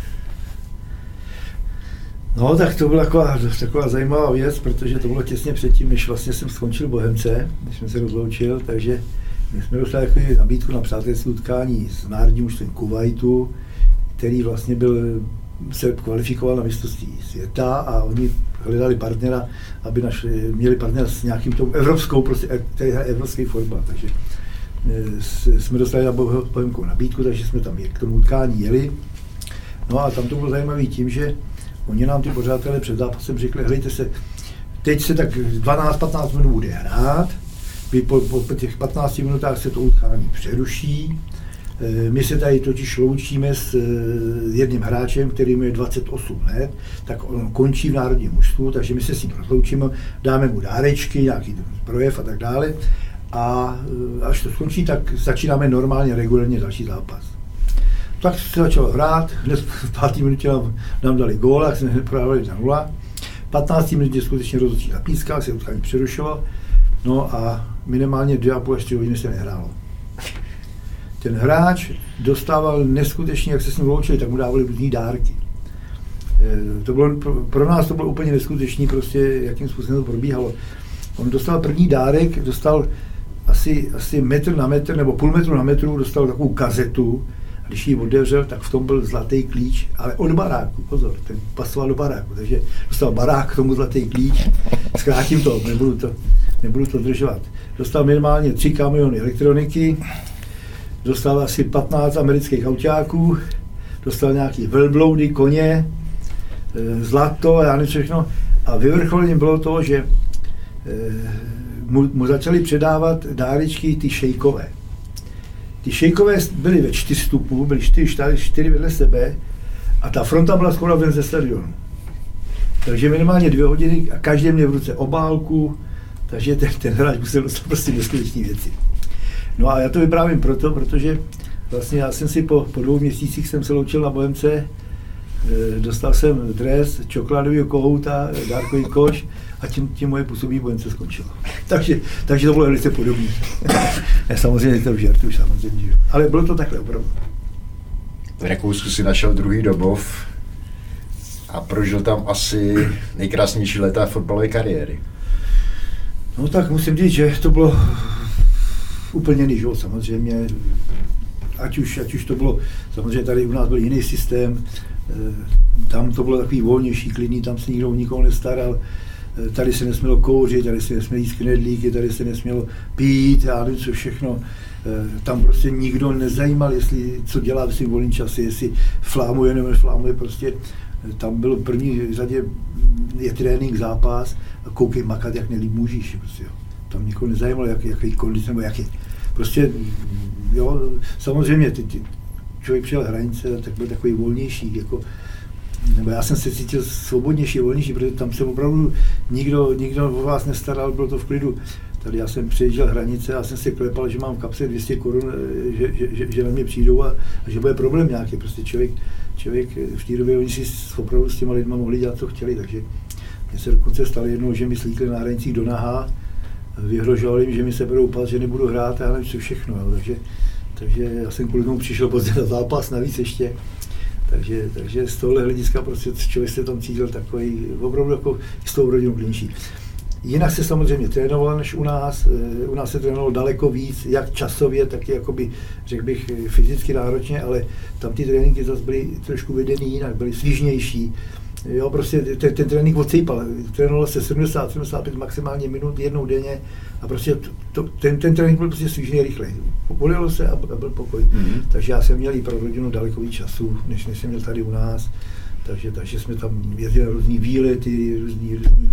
S3: No, tak to byla taková, taková zajímavá věc, protože to bylo těsně předtím, než vlastně jsem skončil Bohemce, když jsem se rozloučil, takže my jsme dostali takovou nabídku na přátelské utkání s národním mužstvem Kuwaitu, který vlastně byl, se kvalifikoval na mistrovství světa, a oni hledali partnera, aby našli, měli partnera s nějakým tou evropskou, prostě, který hraje evropský fotbal. Takže jsme dostali na Bohemkou nabídku, takže jsme tam k tomu utkání jeli. No a tam to bylo zajímavé tím, že oni nám ty pořadatelé před zápasem řekli, hlejte se, teď se tak dvanáct patnáct minut bude hrát, po, po, po těch patnácti minutách se to utkání přeruší. My se tady totiž loučíme s jedním hráčem, který mu je dvacet osm let, tak on končí v národním mužstvu, takže my se s ním rozloučíme, dáme mu dárečky, nějaký projev a tak dále. A až to skončí, tak začínáme normálně, regulérně další zápas. Tak se začalo hrát, hned v páté minutě nám, nám dali gól, tak jsme hned prohrávali na nula. V patnácté minutě skutečně rozhodčí zapískal, se utkání přerušilo, no a minimálně dvě a půl až tři hodiny se nehrálo. ten hráč dostával neskutečně, jak se s ním loučili, tak mu dávali různý dárky. To bylo, pro nás to bylo úplně neskutečný, prostě, jakým způsobem to probíhalo. On dostal první dárek, dostal asi, asi metr na metr, nebo půl metru na metru, dostal takovou kazetu, a když ji otevřel, tak v tom byl zlatý klíč, ale od baráku, pozor, ten pasoval do baráku, takže dostal barák k tomu zlatý klíč, zkrátím to, nebudu to, nebudu to držovat. Dostal minimálně tři kamiony elektroniky, dostal asi patnáct amerických autáků, dostal nějaký velbloudy, koně, zlato, já nevím všechno. A vyvrcholením bylo to, že mu, mu začali předávat dárečky ty šejkové. Ty šejkové byly ve čtyř stupů, byly čtyři, čtyři, čtyři vedle sebe a ta fronta byla skoro ven ze stadionu. Takže minimálně dvě hodiny a každý měl v ruce obálku, takže ten, ten hráč musel dostat prostě neskutečné věci. No a já to vyprávím proto, protože vlastně já jsem si po, po dvou měsících jsem se loučil na Bohemce, dostal jsem dres, čokoládového kohouta, dárkový koš a tím, tím moje působí Bohemce skončilo. takže, takže to bylo velice podobné. Ne, samozřejmě to v žertu, samozřejmě. Ale bylo to takhle opravdu.
S2: V Rakousku si našel druhý domov a prožil tam asi nejkrásnější léta fotbalové kariéry.
S3: No tak musím říct, že to bylo úplně jiný život samozřejmě. Ať už, ať už to bylo, samozřejmě tady u nás byl jiný systém, tam to bylo takový volnější, klidný, tam se nikdo o nikoho nestaral, tady se nesmělo kouřit, tady se nesmělo jíst knedlíky, tady se nesmělo pít, já nevím co všechno. Tam prostě nikdo nezajímal, jestli, co dělá v svým volným čase, jestli flámuje nebo neflámuje, prostě tam bylo v první řadě je trénink, zápas a koukej makat, jak nelíp můžeš, prostě, jo. Tam nikoho nezajímalo, jak, jaký kondice nebo jaký. Prostě, jo, samozřejmě, ty, ty, člověk přijel hranice, tak byl takový volnější, jako, nebo já jsem se cítil svobodnější, volnější, protože tam se opravdu nikdo, nikdo o vás nestaral, bylo to v klidu. Tady já jsem přejížděl hranice a jsem si klepal, že mám v kapse dvě stě korun, že, že, že na mě přijdou a, a že bude problém nějaký. Prostě člověk, člověk v té době, oni si opravdu s těma lidma mohli dělat, co chtěli, takže mně se dokonce stalo jednou, že mi slíkli na hranicích do nahá, vyhrožovali mi, že mi se budou pát, že nebudu hrát a já nevím co všechno, jo. Takže, takže já jsem kvůli tomu přišel pozdě na zápas navíc ještě. Takže, takže z tohohle hlediska prostě člověk se tam cítil takový, opravdu jako s tou rodinou klinčí. Jinak se samozřejmě trénoval než u nás, u nás se trénovalo daleko víc, jak časově, tak i jakoby, řekl bych, fyzicky náročně, ale tam ty tréninky zase byly trošku vedený jinak, byly svížnější. Jo, prostě ten, ten trénink odsejpal, trénovalo se sedmdesát sedmdesát pět maximálně minut jednou denně a prostě to, ten, ten trénink byl prostě svížně rychlej. Volilo se a, a byl pokoj. Mm-hmm. Takže já jsem měl i pro rodinu daleko víc času, než, než jsem měl tady u nás. Takže, takže jsme tam jezdili na různý výlety, různý, různý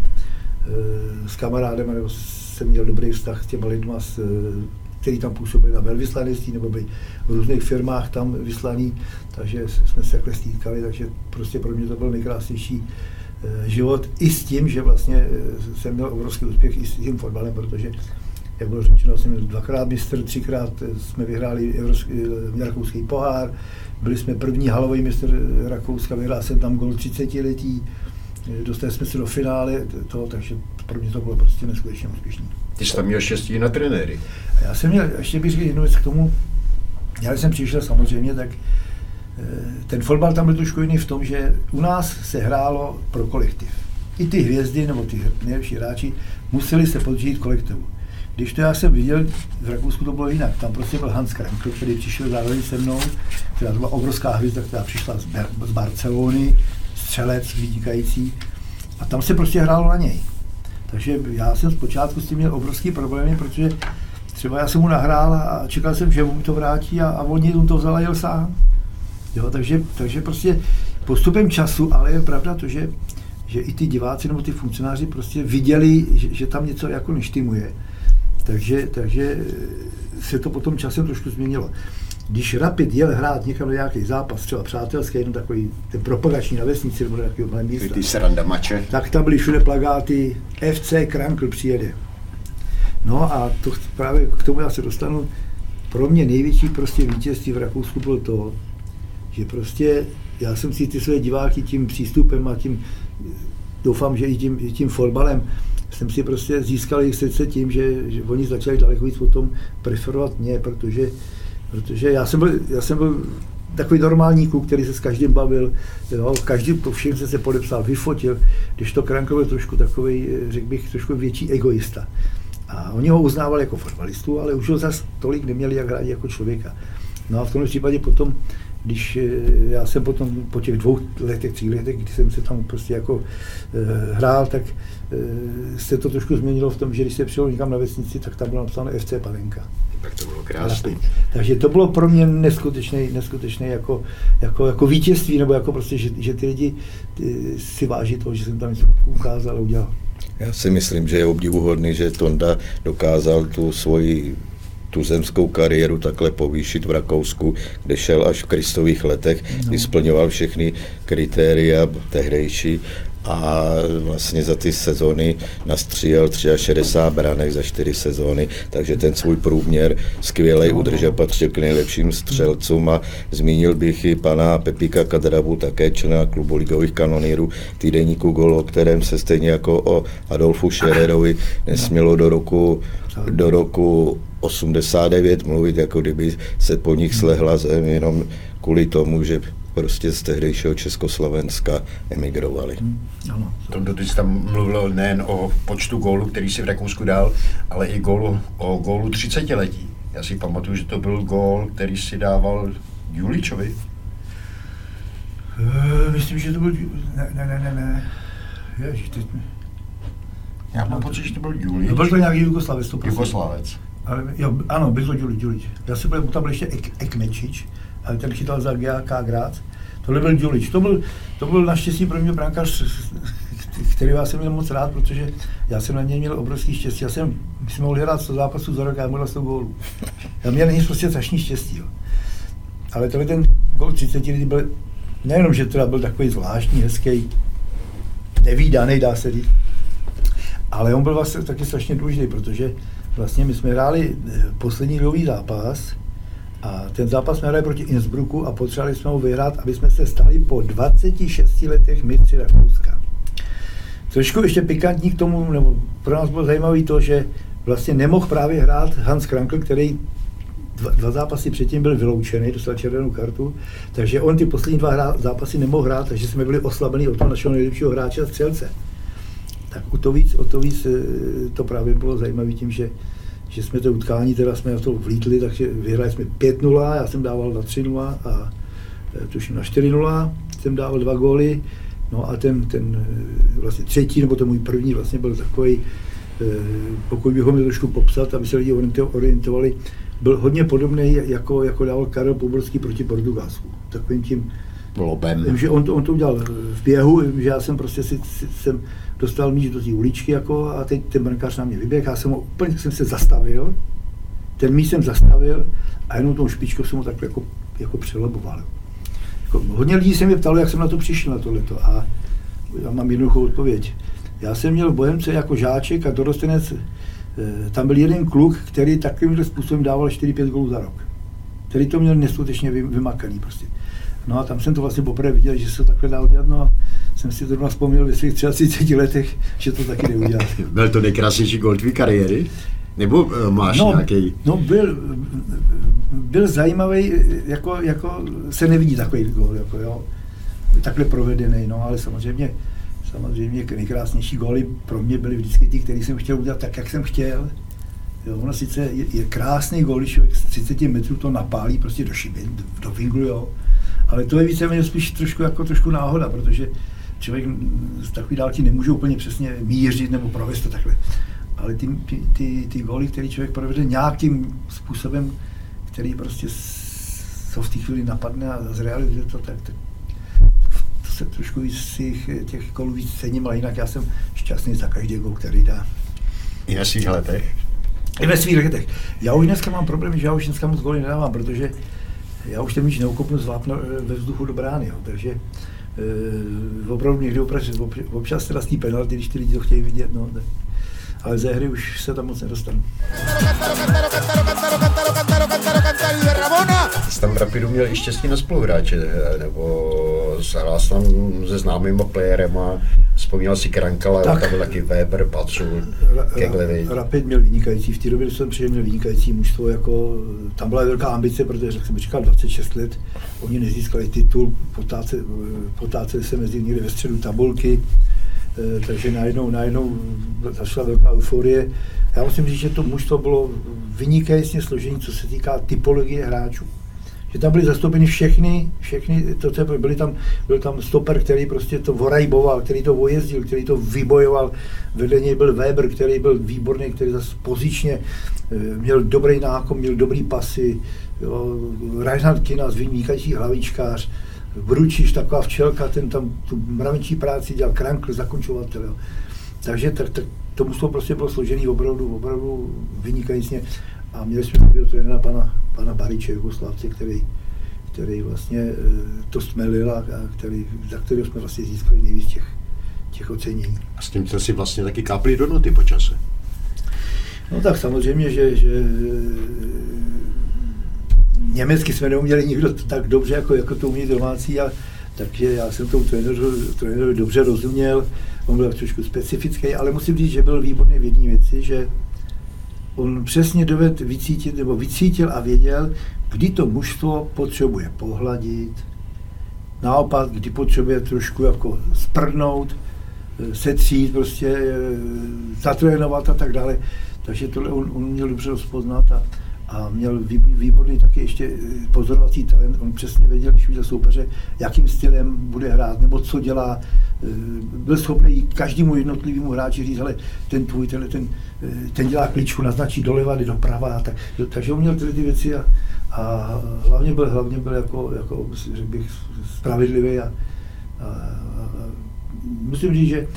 S3: s kamarádem, nebo jsem měl dobrý vztah s těma lidma, s, který tam působili na velvyslanectví, nebo byli v různých firmách tam vyslaný, takže jsme se takhle stýkali, takže prostě pro mě to byl nejkrásnější život. I s tím, že vlastně jsem měl obrovský úspěch i s tím fotbalem, protože, jak bylo řečeno, jsem měl dvakrát mistr, třikrát jsme vyhráli evropský, rakouský pohár, byli jsme první halový mistr Rakouska, vyhrál jsem tam gol třicetiletí, dostali jsme se do finále toho, takže pro mě to bylo prostě neskutečně úspěšný.
S2: Ty jsi tam měl štěstí na trenéry.
S3: A já jsem měl, ještě bych řekl jednu věc k tomu, já když jsem přišel samozřejmě, tak ten fotbal tam byl trošku jiný v tom, že u nás se hrálo pro kolektiv. I ty hvězdy nebo ty nejlepší hráči museli se podřídit kolektivu. Když to já jsem viděl, v Rakousku to bylo jinak, tam prostě byl Hans Krankl, který přišel zároveň se mnou, která to byla obrovská hvězda, která přišla z, Ber- z Barcelony, střelec vynikající a tam se prostě hrálo na něj. Takže já jsem zpočátku s tím měl obrovský problémy, protože třeba já jsem mu nahrál a čekal jsem, že mu to vrátí a, a on to vzal a jel sám. Jo, takže, takže prostě postupem času, ale je pravda to, že, že i ty diváci nebo ty funkcionáři prostě viděli, že, že tam něco jako neštymuje. Takže, takže se to potom časem trošku změnilo. Když Rapid jel hrát někam na nějaký zápas, třeba přátelský, jenom takový ten propagační na vesnici nebo na takového malém místa,
S2: ty sranda mače,
S3: tak tam byly všude plakáty F C Krankl přijede. No a to právě k tomu já se dostanu. Pro mě největší prostě vítězství v Rakousku bylo to, že prostě já jsem si ty své diváky tím přístupem a tím, doufám, že i tím, i tím fotbalem, jsem si prostě získal jejich srdce tím, že, že oni začali daleko víc potom preferovat mě, protože Protože já jsem byl, já jsem byl takový normální kluk, který se s každým bavil, jo, každý po všem se se podepsal, vyfotil, když to Krankl byl trošku takový, řekl bych, trošku větší egoista. A oni ho uznávali jako fotbalistu, ale už ho zase tolik neměli jak rádi jako člověka. No a v tomhle případě potom, když já jsem potom po těch dvou letech, tří letech, kdy jsem se tam prostě jako e, hrál, tak e, se to trošku změnilo v tom, že když se přijel někam na vesnici, tak tam bylo napsáno F C Panenka.
S2: Tak to bylo krásné.
S3: Takže to bylo pro mě neskutečné, neskutečné jako, jako, jako vítězství, nebo jako prostě, že, že ty lidi ty, si váží toho, že jsem tam něco ukázal a udělal.
S4: Já si myslím, že je obdivuhodný, že Tonda dokázal tu svoji tuzemskou kariéru takhle povýšit v Rakousku, kde šel až v Kristových letech, no. Kdy splňoval všechny kritéria tehdejší a vlastně za ty sezóny nastřílel šedesát tři branek za čtyři sezóny, takže ten svůj průměr skvělej udržel, patřil k nejlepším střelcům a zmínil bych i pana Pepíka Kadrabu, také člena klubu ligových kanonýrů, týdeníku Gól, o kterém se stejně jako o Adolfu Schererovi nesmělo do roku, do roku osmdesát devět mluvit, jako kdyby se po nich slehla zem, jenom kvůli tomu, že prostě z tehdejšího Československa emigrovali. Hmm,
S2: ano. Tondo, ty jsi tam mluvil nejen o počtu gólů, který si v Rakousku dal, ale i gólu, o gólu třicetiletí. Já si pamatuju, že to byl gól, který si dával Juličovi.
S3: Uh, myslím, že to byl... Ne, ne, ne, ne, ne. Ježiš, teď...
S2: Já mám pocit, že to byl Julič.
S3: No, byl to nějaký Jugoslavec.
S2: Jugoslavec.
S3: Ale, jo, ano, byl to Julič, Julič. Já si byl, tam byl ještě Ek, Ekmečič, ale ten chytal za G A K Graz. Tohle byl Julič. To byl, to byl naštěstí pro mě brankář, který já jsem měl moc rád, protože já jsem na něj měl obrovský štěstí. Já jsem, my jsme mohli hrát sto zápasů za rok a já měl sto gólů. Já měl není prostě strašný štěstí. Jo. Ale tohle ten gól třicet lidí byl, nejenom, že teda byl takový zvláštní, hezký, nevídaný, dá se říct, ale on byl vlastně taky strašně důležitý, protože vlastně my jsme hráli poslední ligový zápas a ten zápas jsme hráli proti Innsbrucku a potřebovali jsme ho vyhrát, aby jsme se stali po dvaceti šesti letech mistři Rakouska. Trošku ještě pikantní k tomu, nebo pro nás bylo zajímavé to, že vlastně nemohl právě hrát Hans Krankl, který dva, dva zápasy předtím byl vyloučený, dostal červenou kartu, takže on ty poslední dva hrát, zápasy nemohl hrát, takže jsme byli oslabení od toho našeho nejlepšího hráče a střelce. Tak o to víc, o to víc to právě bylo zajímavé tím, že, že jsme to utkání, teda jsme na to vlítli, takže vyhráli jsme pět nula, já jsem dával na tři nula a tuším na čtyři nula, jsem dával dva góly, no a ten, ten vlastně třetí, nebo ten můj první vlastně byl takový, pokud bych ho měl trošku popsat, aby se lidi orientovali, byl hodně podobný, jako, jako dával Karel Poborský proti Portugalsku. Takovým tím
S2: lobem.
S3: Vím, že on to, on to udělal v běhu, že já jsem prostě si, si jsem dostal míč do té uličky jako, a teď ten brankář na mě vyběhl, já jsem ho úplně jsem se zastavil, ten míč jsem zastavil a jenom tou špičkou jsem ho takhle jako, jako přeloboval. Jako, hodně lidí se mě ptalo, jak jsem na to přišel na tohleto a já mám jednoduchou odpověď. Já jsem měl v Bohemce jako žáček a dorostenec, tam byl jeden kluk, který takovýmhle způsobem dával čtyři pět gólů za rok. Který to měl neskutečně vymakaný prostě. No a tam jsem to vlastně poprvé viděl, že se to takhle dá udělat, no a jsem si to doma vzpomněl ve svých třiceti letech, že to taky neudělal.
S2: Byl to nejkrásnější gól tvý kariéry? Nebo uh, máš
S3: no,
S2: nějaký?
S3: No byl, byl zajímavý, jako, jako se nevidí takový gól, jako jo, takhle provedený, no ale samozřejmě, samozřejmě nejkrásnější góly pro mě byly vždycky ty, který jsem chtěl udělat tak, jak jsem chtěl. Jo, ono sice je, je krásný gól, když člověk z třiceti metrů to napálí prostě do šiby, do vinglu, jo. Ale to je víceméně spíš trošku jako trošku náhoda, protože člověk z takové dálky nemůže úplně přesně mířit nebo provést to takhle. Ale ty, ty, ty, ty góly, který člověk provede nějakým způsobem, který prostě co v té chvíli napadne a zrealizuje to, tak to, to se trošku víc těch, těch gólů víc cením, ale jinak já jsem šťastný za každý gól, který dá.
S2: I ve svých letech?
S3: I ve svých letech. Já už dneska mám problém, že já už dneska moc góly nedávám, protože já už ten míč neukopnu zvlápnu ve vzduchu do brány, jo. Takže e, opravdu někdy občas, občas teda z té penalty, když ty lidi to chtějí vidět, no, tak, ale ze hry už se tam moc nedostanu.
S2: Ty jsi tam v Rapidu měl i štěstí na spoluhráče, nebo zahrál tam se známýma playerema, Vzpomínal si Krankala, tak, tam byl taky Weber, Pacul, Keglevi.
S3: Rapid měl vynikající, v té době, když jsem přišel, měl vynikající mužstvo, jako, tam byla velká ambice, protože jak jsem říkal, dvacet šest let, oni nezískali titul, potáceli, potáceli se mezi někde ve středu tabulky, takže najednou, najednou zašla velká euforie. Já musím říct, že to mužstvo bylo vynikajícně složení, co se týká typologie hráčů. Že tam byly zastoupeny všechny, všechny to, co byly tam, byl tam stoper, který prostě to vorajboval, který to vojezdil, který to vybojoval, vedle něj byl Weber, který byl výborný, který zase pozičně měl dobrý nákop, měl dobrý pasy, Reinhard Kinas, vynikající hlavičkář, Vručiš, taková včelka, ten tam tu mravenčí práci dělal, Krankl, zakončovatel. Jo. Takže tak, tak, to mužstvo prostě bylo složený opravdu, opravdu vynikajícně. A měli jsme takového trenéra pana, pana Bariče, Jugoslávce, který, který vlastně to stmelil a který, za kterého jsme vlastně získali nejvíc těch, těch ocenění.
S2: A s tím jste si vlastně taky kápli do noty po čase?
S3: No tak samozřejmě, že, že německy jsme neuměli nikdo tak dobře, jako, jako to umí domácí, a, takže já jsem tomu trenéru, trenérovi dobře rozuměl, on byl trošku specifický, ale musím říct, že byl výborný v jedné věci, že on přesně dovedl vycítit, nebo vycítil a věděl, kdy to mužstvo potřebuje pohladit, naopak, kdy potřebuje trošku jako sprdnout, setřít, prostě zatrénovat a tak dále. Takže tohle on, on měl dobře rozpoznat a, a měl výborný taky ještě pozorovací talent. On přesně věděl, když viděl soupeře, jakým stylem bude hrát, nebo co dělá. Byl schopný každému jednotlivému hráči říct, ale ten tvůj, ten, ten, ten dělá kličku, naznačí doleva, jde doprava. Tak, takže on měl tyhle ty věci a, a hlavně byl, hlavně byl jako, jako řekl bych, spravedlivý. A, a, a musím říct, že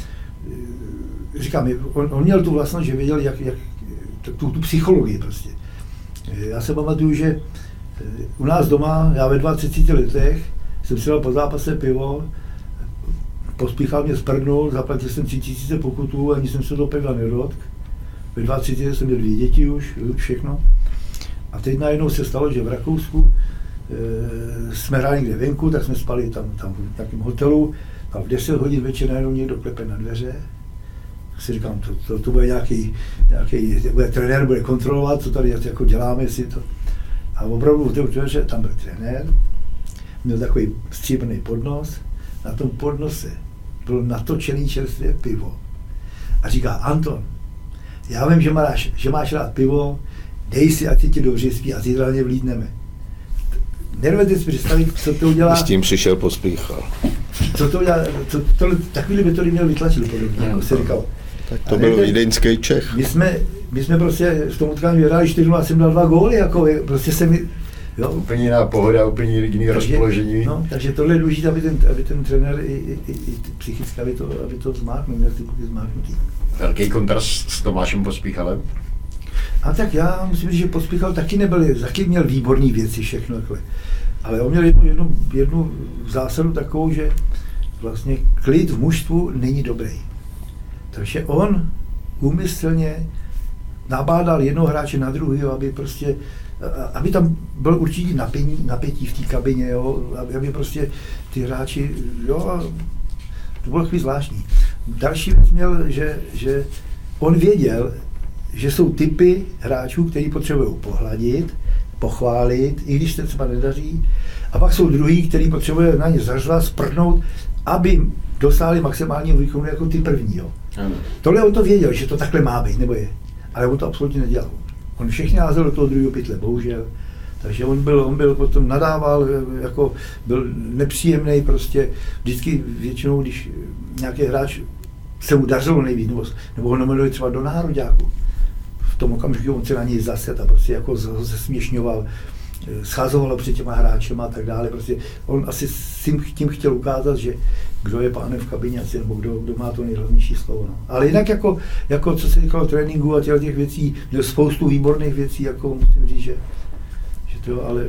S3: říkám, on, on měl tu vlastnost, že věděl, jak, jak tu, tu psychologii prostě. Já se pamatuju, že u nás doma, já ve dvaceti letech, jsem si dal po zápase pivo, pospíchal mě, sprdnul, zaplatil jsem tři tisíce pokutů, ani jsem se do piva nedotkl. Ve dvaceti jsem měl dvě děti už, všechno. A teď najednou se stalo, že v Rakousku e, jsme hráli někde venku, tak jsme spali tam, tam v nějakém hotelu a v deset hodin večer najednou někdo klepe na dveře. Si říkám, to, to, to bude nějaký, nějaký bude trenér, bude kontrolovat, co tady jako děláme, jestli to. A opravdu v té dveře tam byl trenér, měl takový stříbrný podnos, na tom podnose bylo natočený čerstvé pivo. A říká, Anton, já vím, že máš, že máš rád pivo, dej si, ať ti dobře spí a zítra na ně vlídneme. Nedovedete si představit, co to udělá.
S4: S tím přišel, pospíchal.
S3: Co to udělá, co, to, takovýhle metody měl vytlačit podobně, jako se říkal.
S4: Tak to byl vídeňský Čech.
S3: My jsme, my jsme prostě v tom utkání vyhráli čtyři nula, jsem dal dva góly, jako prostě se mi, jo.
S2: Úplně jiná pohoda, úplně jiný rozpoložení.
S3: No, takže tohle je důležité, aby ten, aby ten trenér i, i, i, i psychicky, aby to, aby to zmáknul, měl ty kluky zmáknutý.
S2: Velký kontrast s Tomášem Pospíchalem.
S3: A tak já musím říct, že Pospíchal taky nebyl, taky měl výborné věci, všechno takhle. Ale on měl jednu, jednu, jednu zásadu takovou, že vlastně klid v mužstvu není dobrý. Takže on úmyslně nabádal jednoho hráče na druhého, aby prostě, aby tam byl určitý napětí, napětí v té kabině, jo, aby, aby prostě ty hráči, jo, to bylo chvíli zvláštní. Další věc měl, že, že on věděl, že jsou typy hráčů, který potřebují pohladit, pochválit, i když se třeba nedaří, a pak jsou druhý, který potřebuje na ně zařvat, sprdnout, aby dosáhli maximálního výkonu jako ty první. Jo. Ano. Tohle on to věděl, že to takhle má být, nebo je, ale on to absolutně nedělal. On všechny házel do toho druhého pytle, bohužel. Takže on byl, on byl potom nadával, jako byl nepříjemný prostě, vždycky většinou, když nějaký hráč se mu dařilo nejvíc, nebo, nebo ho nominovali třeba do nároďáku, v tom okamžiku on se na něj zased a prostě jako zesměšňoval, schazoval před těma hráčema a tak dále. Prostě on asi tím chtěl ukázat, že kdo je pánem v kabině, nebo kdo, kdo má to nejhlavnější slovo. No. Ale jinak jako, jako co se týkalo tréninku a těch, těch věcí, měl spoustu výborných věcí, jako musím říct, že, že to, ale...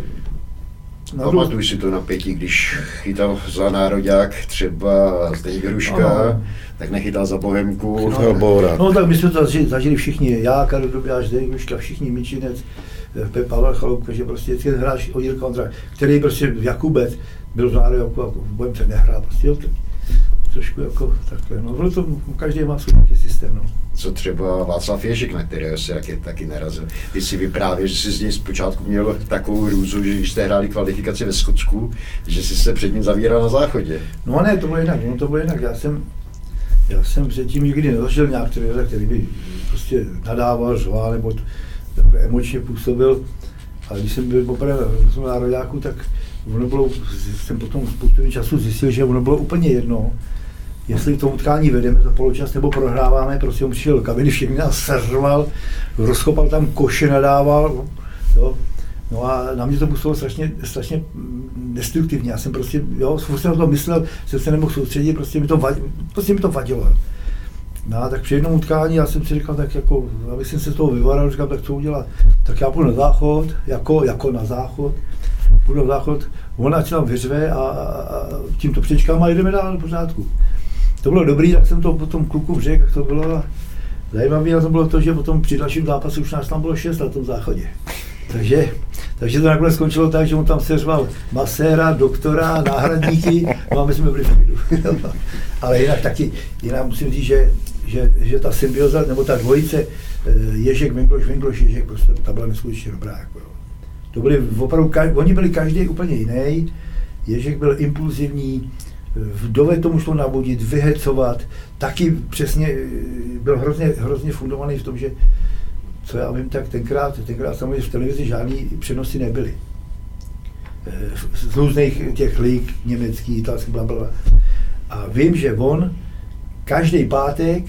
S2: Pamatuj si to napětí, když chytal za nároďák třeba Zdeněk Hruška, tak nechytal za Bohemku.
S3: No, no tak my jsme to zažili, zažili všichni, já, Karel Dobijáš, Zdeněk Hruška, všichni, Mičinec, Pep Pavel Chaloupka, že prostě ten hráč od Jirka Ondra, který prostě Jakubec byl v nároďáku a v Bohemce nehrál, prostě jo, trošku jako takhle. No, bylo to, každý má svůj nějaký systém. No.
S2: Co třeba Václav Ježek, na kterého se taky, taky narazil. Ty si vyprávěl, že jsi z něj zpočátku měl takovou růzu, že když jste hráli kvalifikaci ve Skotsku, že jsi se před ním zavíral na záchodě.
S3: No a ne, to bylo jinak, no to bylo jinak. Já jsem, já jsem předtím nikdy nezažil nějak trenéra, který by prostě nadával, řval nebo emočně působil. A když jsem byl poprvé v nároďáku, tak ono bylo, jsem potom spoustu času zjistil, že ono bylo úplně jedno, jestli to utkání vedeme za poločas nebo prohráváme, prostě on přišel do kabiny, všechny nás seřval, rozkopal tam koše, nadával, jo. No a na mě to působilo strašně, strašně destruktivně, já jsem prostě, jo, jsem na to myslel, jsem se nemohl soustředit, prostě mi to, vadilo, prostě mi to vadilo. No a tak při jednom utkání já jsem si říkal, tak jako, abych jsem se z toho vyvaral, říkal, tak co udělat, tak já půjdu na záchod, jako, jako na záchod, půjdu na záchod, ona ať tam vyřve a, a tím to přečkám a jdeme dál v pořádku. To bylo dobrý, tak jsem to potom klukům řekl, jak to bylo. A zajímavé na to bylo to, že potom při dalším zápasu už nás tam bylo šest na tom záchodě. Takže, takže to nakonec skončilo tak, že on tam seřval maséra, doktora, náhradníky, no a my jsme byli v klidu. Ale jinak taky, jinak musím říct, že, že, že ta symbioza, nebo ta dvojice Ježek, Vengloš, Vengloš, Ježek, prostě ta byla neskutečně dobrá. Jako. To byli opravdu, oni byli každý úplně jiný. Ježek byl impulzivní, dovedl tomu šlo navodit, vyhecovat, taky přesně byl hrozně, hrozně fundovaný v tom, že co já vím, tak tenkrát, tenkrát samozřejmě v televizi žádný přenosy nebyly. Z různých těch lig, německý, italský, blablabla. A vím, že on každý pátek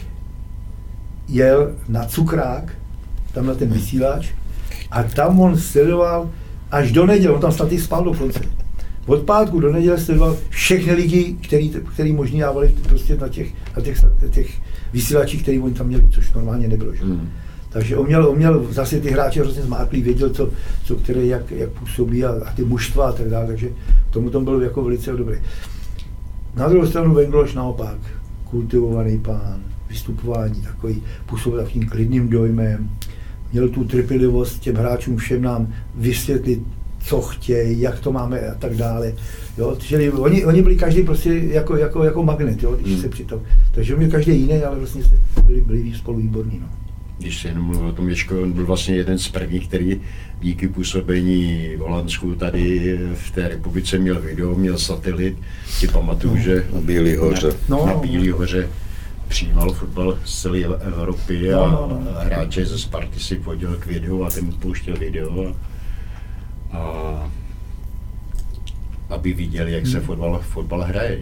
S3: jel na Cukrák, tam na ten vysílač, a tam on sledoval až do neděle, on tam snad i spal dokonce. Od pátku do neděle sledoval všechny lidi, který, který možný dávali prostě na těch, na těch, na těch vysílačích, který oni tam měli, což normálně nebylo. Že? Mm. Takže on měl, on měl zase ty hráče hrozně zmáklý, věděl, co, co který, jak, jak působí a, a ty mužstva a tak dále, takže tomu tom byl jako velice dobrý. Na druhou stranu Vengloš naopak, kultivovaný pán, vystupování takový, působil takovým klidným dojmem, měl tu trpělivost těm hráčům všem nám vysvětlit, co chtějí, jak to máme a tak dále. Jo, čili oni, oni byli každý prostě jako, jako, jako magnet, jo, když mm. se přitom. Takže měl každý jiný, ale vlastně byli, byli spolu výborní. No.
S2: Když se jenom mluvil o tom Ježko, on byl vlastně jeden z prvních, který díky působení v Holandsku tady v té republice měl video, měl satelit. Si pamatuju, no, že
S4: na Bílý hoře.
S2: Na, no, na Bílý hoře přijímal fotbal z celé Evropy a, no, no, no. a hráče ze Sparty si chodil k videu a ten mu pouštěl video. A, a aby viděli, jak se fotbal, fotbal hraje.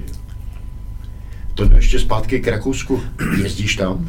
S2: To ještě zpátky k Rakousku. Jezdíš tam?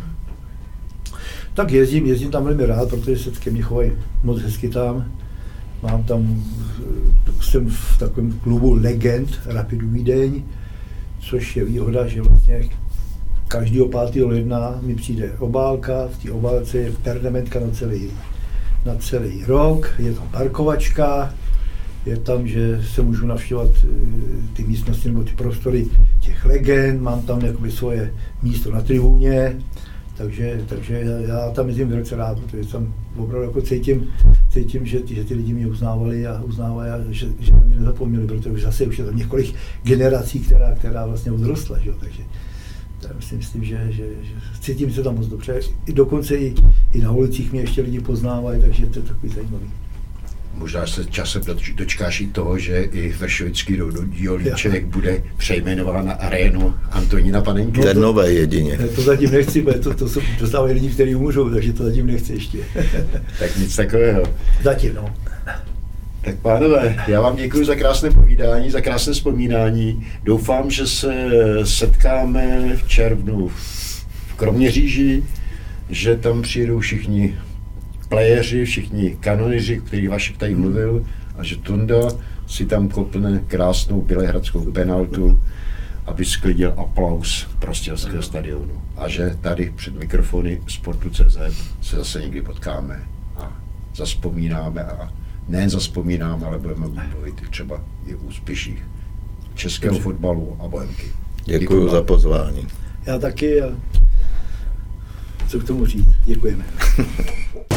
S3: Tak jezdím, jezdím tam velmi rád, protože se ke mně chovají moc hezky tam. Mám tam, jsem v takovém klubu legend Rapidu Vídeň, což je výhoda, že vlastně každého pátého ledna mi přijde obálka, v té obálce je perdementka na celý, na celý rok, je tam parkovačka, je tam, že se můžu navštěvovat ty místnosti nebo ty prostory těch legend, mám tam jakoby svoje místo na tribuně, takže, takže já tam jezdím velice rád, protože tam opravdu jako cítím, cítím že, že ty lidi mě uznávali a uznávají, a že, že na mě nezapomněli, protože zase už je tam několik generací, která, která vlastně odrostla, že? Takže já si myslím, že, že, že cítím se tam moc dobře. I dokonce i, i na ulicích mě ještě lidi poznávají, takže to je takový zajímavý.
S2: Možná se časem dočkáš i toho, že i Vršovický Dolíček bude přejmenován na arénu Antonína Panenky.
S4: To je nové jedině.
S3: To zatím nechci, to, to jsou dostávají lidi, kteří umřou, takže to zatím nechci ještě.
S2: Tak nic takového.
S3: Zatím, no.
S2: Tak pánové, já vám děkuji za krásné povídání, za krásné vzpomínání. Doufám, že se setkáme v červnu v Kroměříži, že tam přijedou všichni playeři, všichni kanoniři, který Vašek tady mluvil, a že Tonda si tam kopne krásnou bělehradskou penaltu, aby sklidil aplaus Prostějovského stadionu. A že tady před mikrofony Sportu tečka cé zet se zase někdy potkáme a zazpomínáme a nejen zazpomínáme, ale budeme mluvit třeba i o úspěších českého fotbalu a Bohemky.
S4: Děkuji za pozvání.
S3: Já taky. A co k tomu říct? Děkujeme.